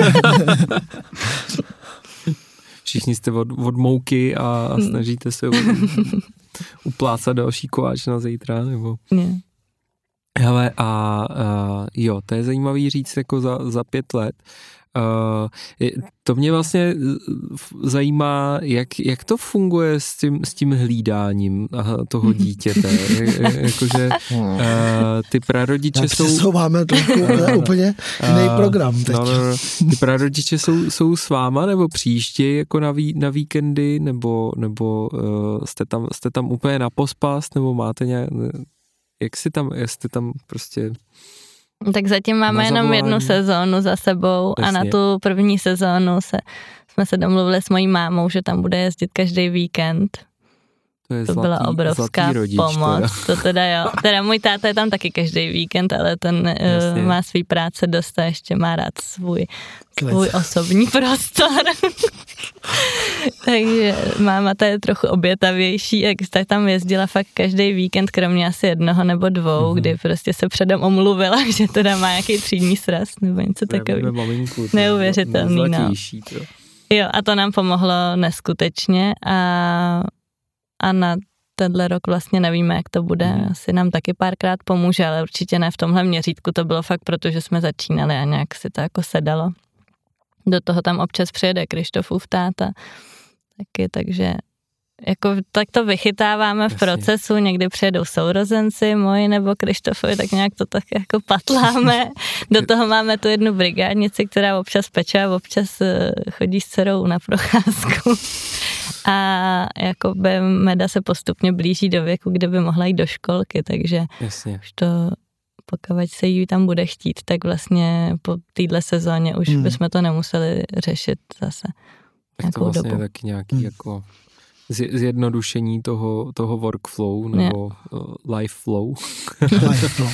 Všichni jste od mouky a snažíte se uplácat další koláč na zítra, nebo... Ne. Hele, jo, to je zajímavý říct jako za 5 let. To mě vlastně zajímá, jak to funguje s tím hlídáním toho dítěte. Jakože ty prarodiče jsou... Přesouváme trošku úplně jiný program teď. No. Ty prarodiče jsou s váma, nebo přijíždějí jako na víkendy, nebo jste tam úplně na pospas, nebo máte nějak... Jste tam prostě... Tak zatím máme jenom 1 sezónu za sebou. Jasně. A na tu první sezónu jsme se domluvili s mojí mámou, že tam bude jezdit každý víkend. To byla obrovská pomoc. To teda jo. Teda můj táta je tam taky každý víkend, ale ten má svý práce dost a ještě má rád svůj osobní prostor. Takže máma ta je trochu obětavější, jak tak tam jezdila fakt každý víkend, kromě asi 1 nebo 2, kdy prostě se předem omluvila, že teda má nějaký třídní sraz nebo něco takového. Neuvěřitelný, no. Jo, a to nám pomohlo neskutečně a na tenhle rok vlastně nevíme, jak to bude. Asi nám taky párkrát pomůže, ale určitě ne v tomhle měřítku. To bylo fakt proto, že jsme začínali a nějak si to jako sedalo. Do toho tam občas přijede Krištofův táta taky, takže jako tak to vychytáváme v procesu, někdy přijedou sourozenci moji nebo Krištofovi, tak nějak to tak jako patláme. Do toho máme tu 1 brigádnici, která občas peče a občas chodí s dcerou na procházku. A jako by Meda se postupně blíží do věku, kde by mohla jít do školky, takže už to, pokud se jí tam bude chtít, tak vlastně po téhle sezóně už bychom to nemuseli řešit zase. Tak to vlastně dobu. Je taky nějaký jako zjednodušení toho workflow nebo life flow. Life flow.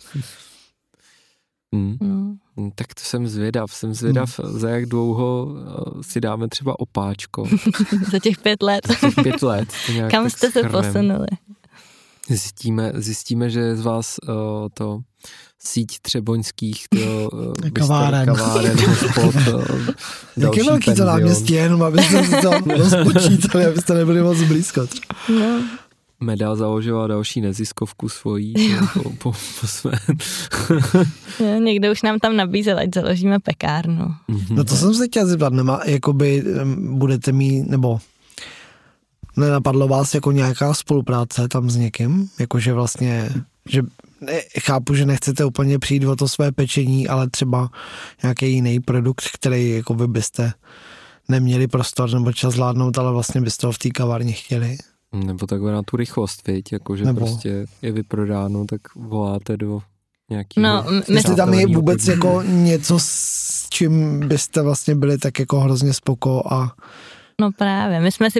Tak to jsem zvědav, za jak dlouho si dáme třeba opáčko. Za těch 5 let. Za těch 5 let. Kam jste se posunuli? Zjistíme, že z vás to síť třeboňských kaváren, hospod, jak je velký to náměstí, jenom abyste si to rozpočítali, abyste nebyli moc blízko. No. Medal založila další neziskovku svojí po svém. Někde už nám tam nabízel, ať založíme pekárnu. No to jsem se chtěl zeptat, jakoby budete mít, nebo nenapadlo vás jako nějaká spolupráce tam s někým? Jakože vlastně, že chápu, že nechcete úplně přijít o to své pečení, ale třeba nějaký jiný produkt, který jako vy byste neměli prostor nebo čas zvládnout, ale vlastně byste ho v té kavárně chtěli. Nebo takhle na tu rychlost, viď? Jakože prostě je vyprodáno, tak voláte do nějakého... No, jestli tam je vůbec jako něco, s čím byste vlastně byli tak jako hrozně spoko a... No právě, my jsme si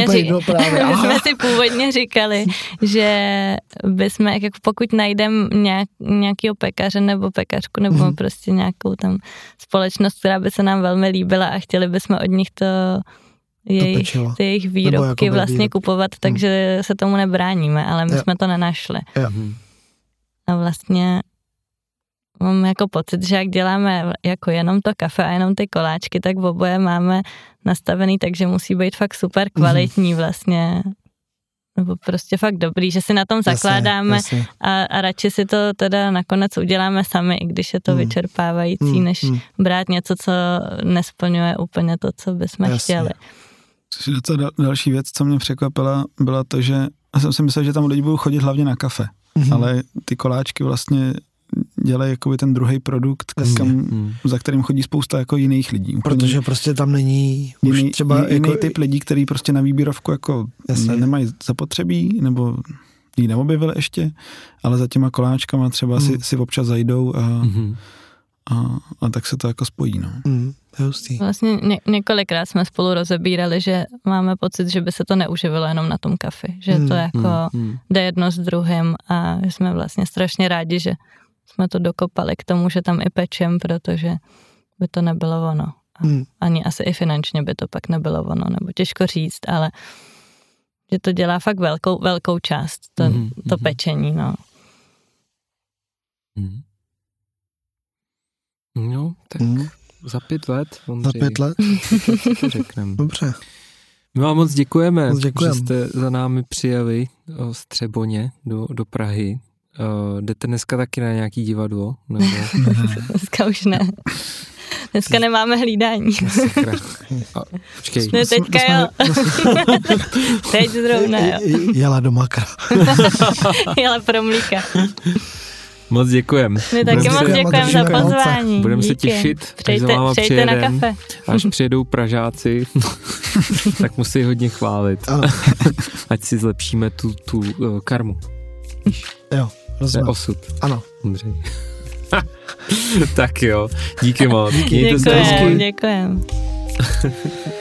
původně říkali, že bychom, jako pokud najdeme nějakýho pekaře nebo pekařku nebo prostě nějakou tam společnost, která by se nám velmi líbila a chtěli bychom od nich ty jejich výrobky vlastně kupovat, takže se tomu nebráníme, ale my jsme to nenašli. A vlastně mám jako pocit, že jak děláme jako jenom to kafe a jenom ty koláčky, tak oboje máme nastavený, takže musí být fakt super kvalitní vlastně, nebo prostě fakt dobrý, že si na tom zakládáme a radši si to teda nakonec uděláme sami, i když je to vyčerpávající, než brát něco, co nesplňuje úplně to, co bychom chtěli. Další věc, co mě překvapila, byla to, že já jsem si myslel, že tam lidi budou chodit hlavně na kafe, ale ty koláčky vlastně dělají jakoby ten druhý produkt, za kterým chodí spousta jako jiných lidí. Protože prostě tam není jiný typ lidí, který prostě na výběrovku jako nemají zapotřebí, nebo ji neobjevili ještě, ale za těma koláčkama třeba si občas zajdou a tak se to jako spojí. No. Vlastně několikrát jsme spolu rozebírali, že máme pocit, že by se to neuživilo jenom na tom kafi, že to jako jde jedno s druhým a jsme vlastně strašně rádi, že jsme to dokopali k tomu, že tam i pečem, protože by to nebylo ono. Ani asi i finančně by to pak nebylo ono, nebo těžko říct, ale že to dělá fakt velkou část, to pečení, no. No, tak za 5 let, Ondřej. Za 5 let? To řekneme. Dobře. My vám moc děkujeme, že jste za námi přijeli z Třeboně do Prahy. Jdete dneska taky na nějaký divadlo? Nebo... Dneska už ne. Dneska nemáme hlídání. Počkej. Ne, teďka jo. Teď zrovna jo. Jela do Makra. Jela pro mlíka. Moc děkujeme. My taky moc děkujeme za pozvání. Budeme se těšit, přijďte na kafe. Až přijedou Pražáci, tak musí hodně chválit. Ať si zlepšíme tu karmu. Jo, rozumím. To je osud. Ano. Ondřej. Tak jo, díky moc. Děkujem.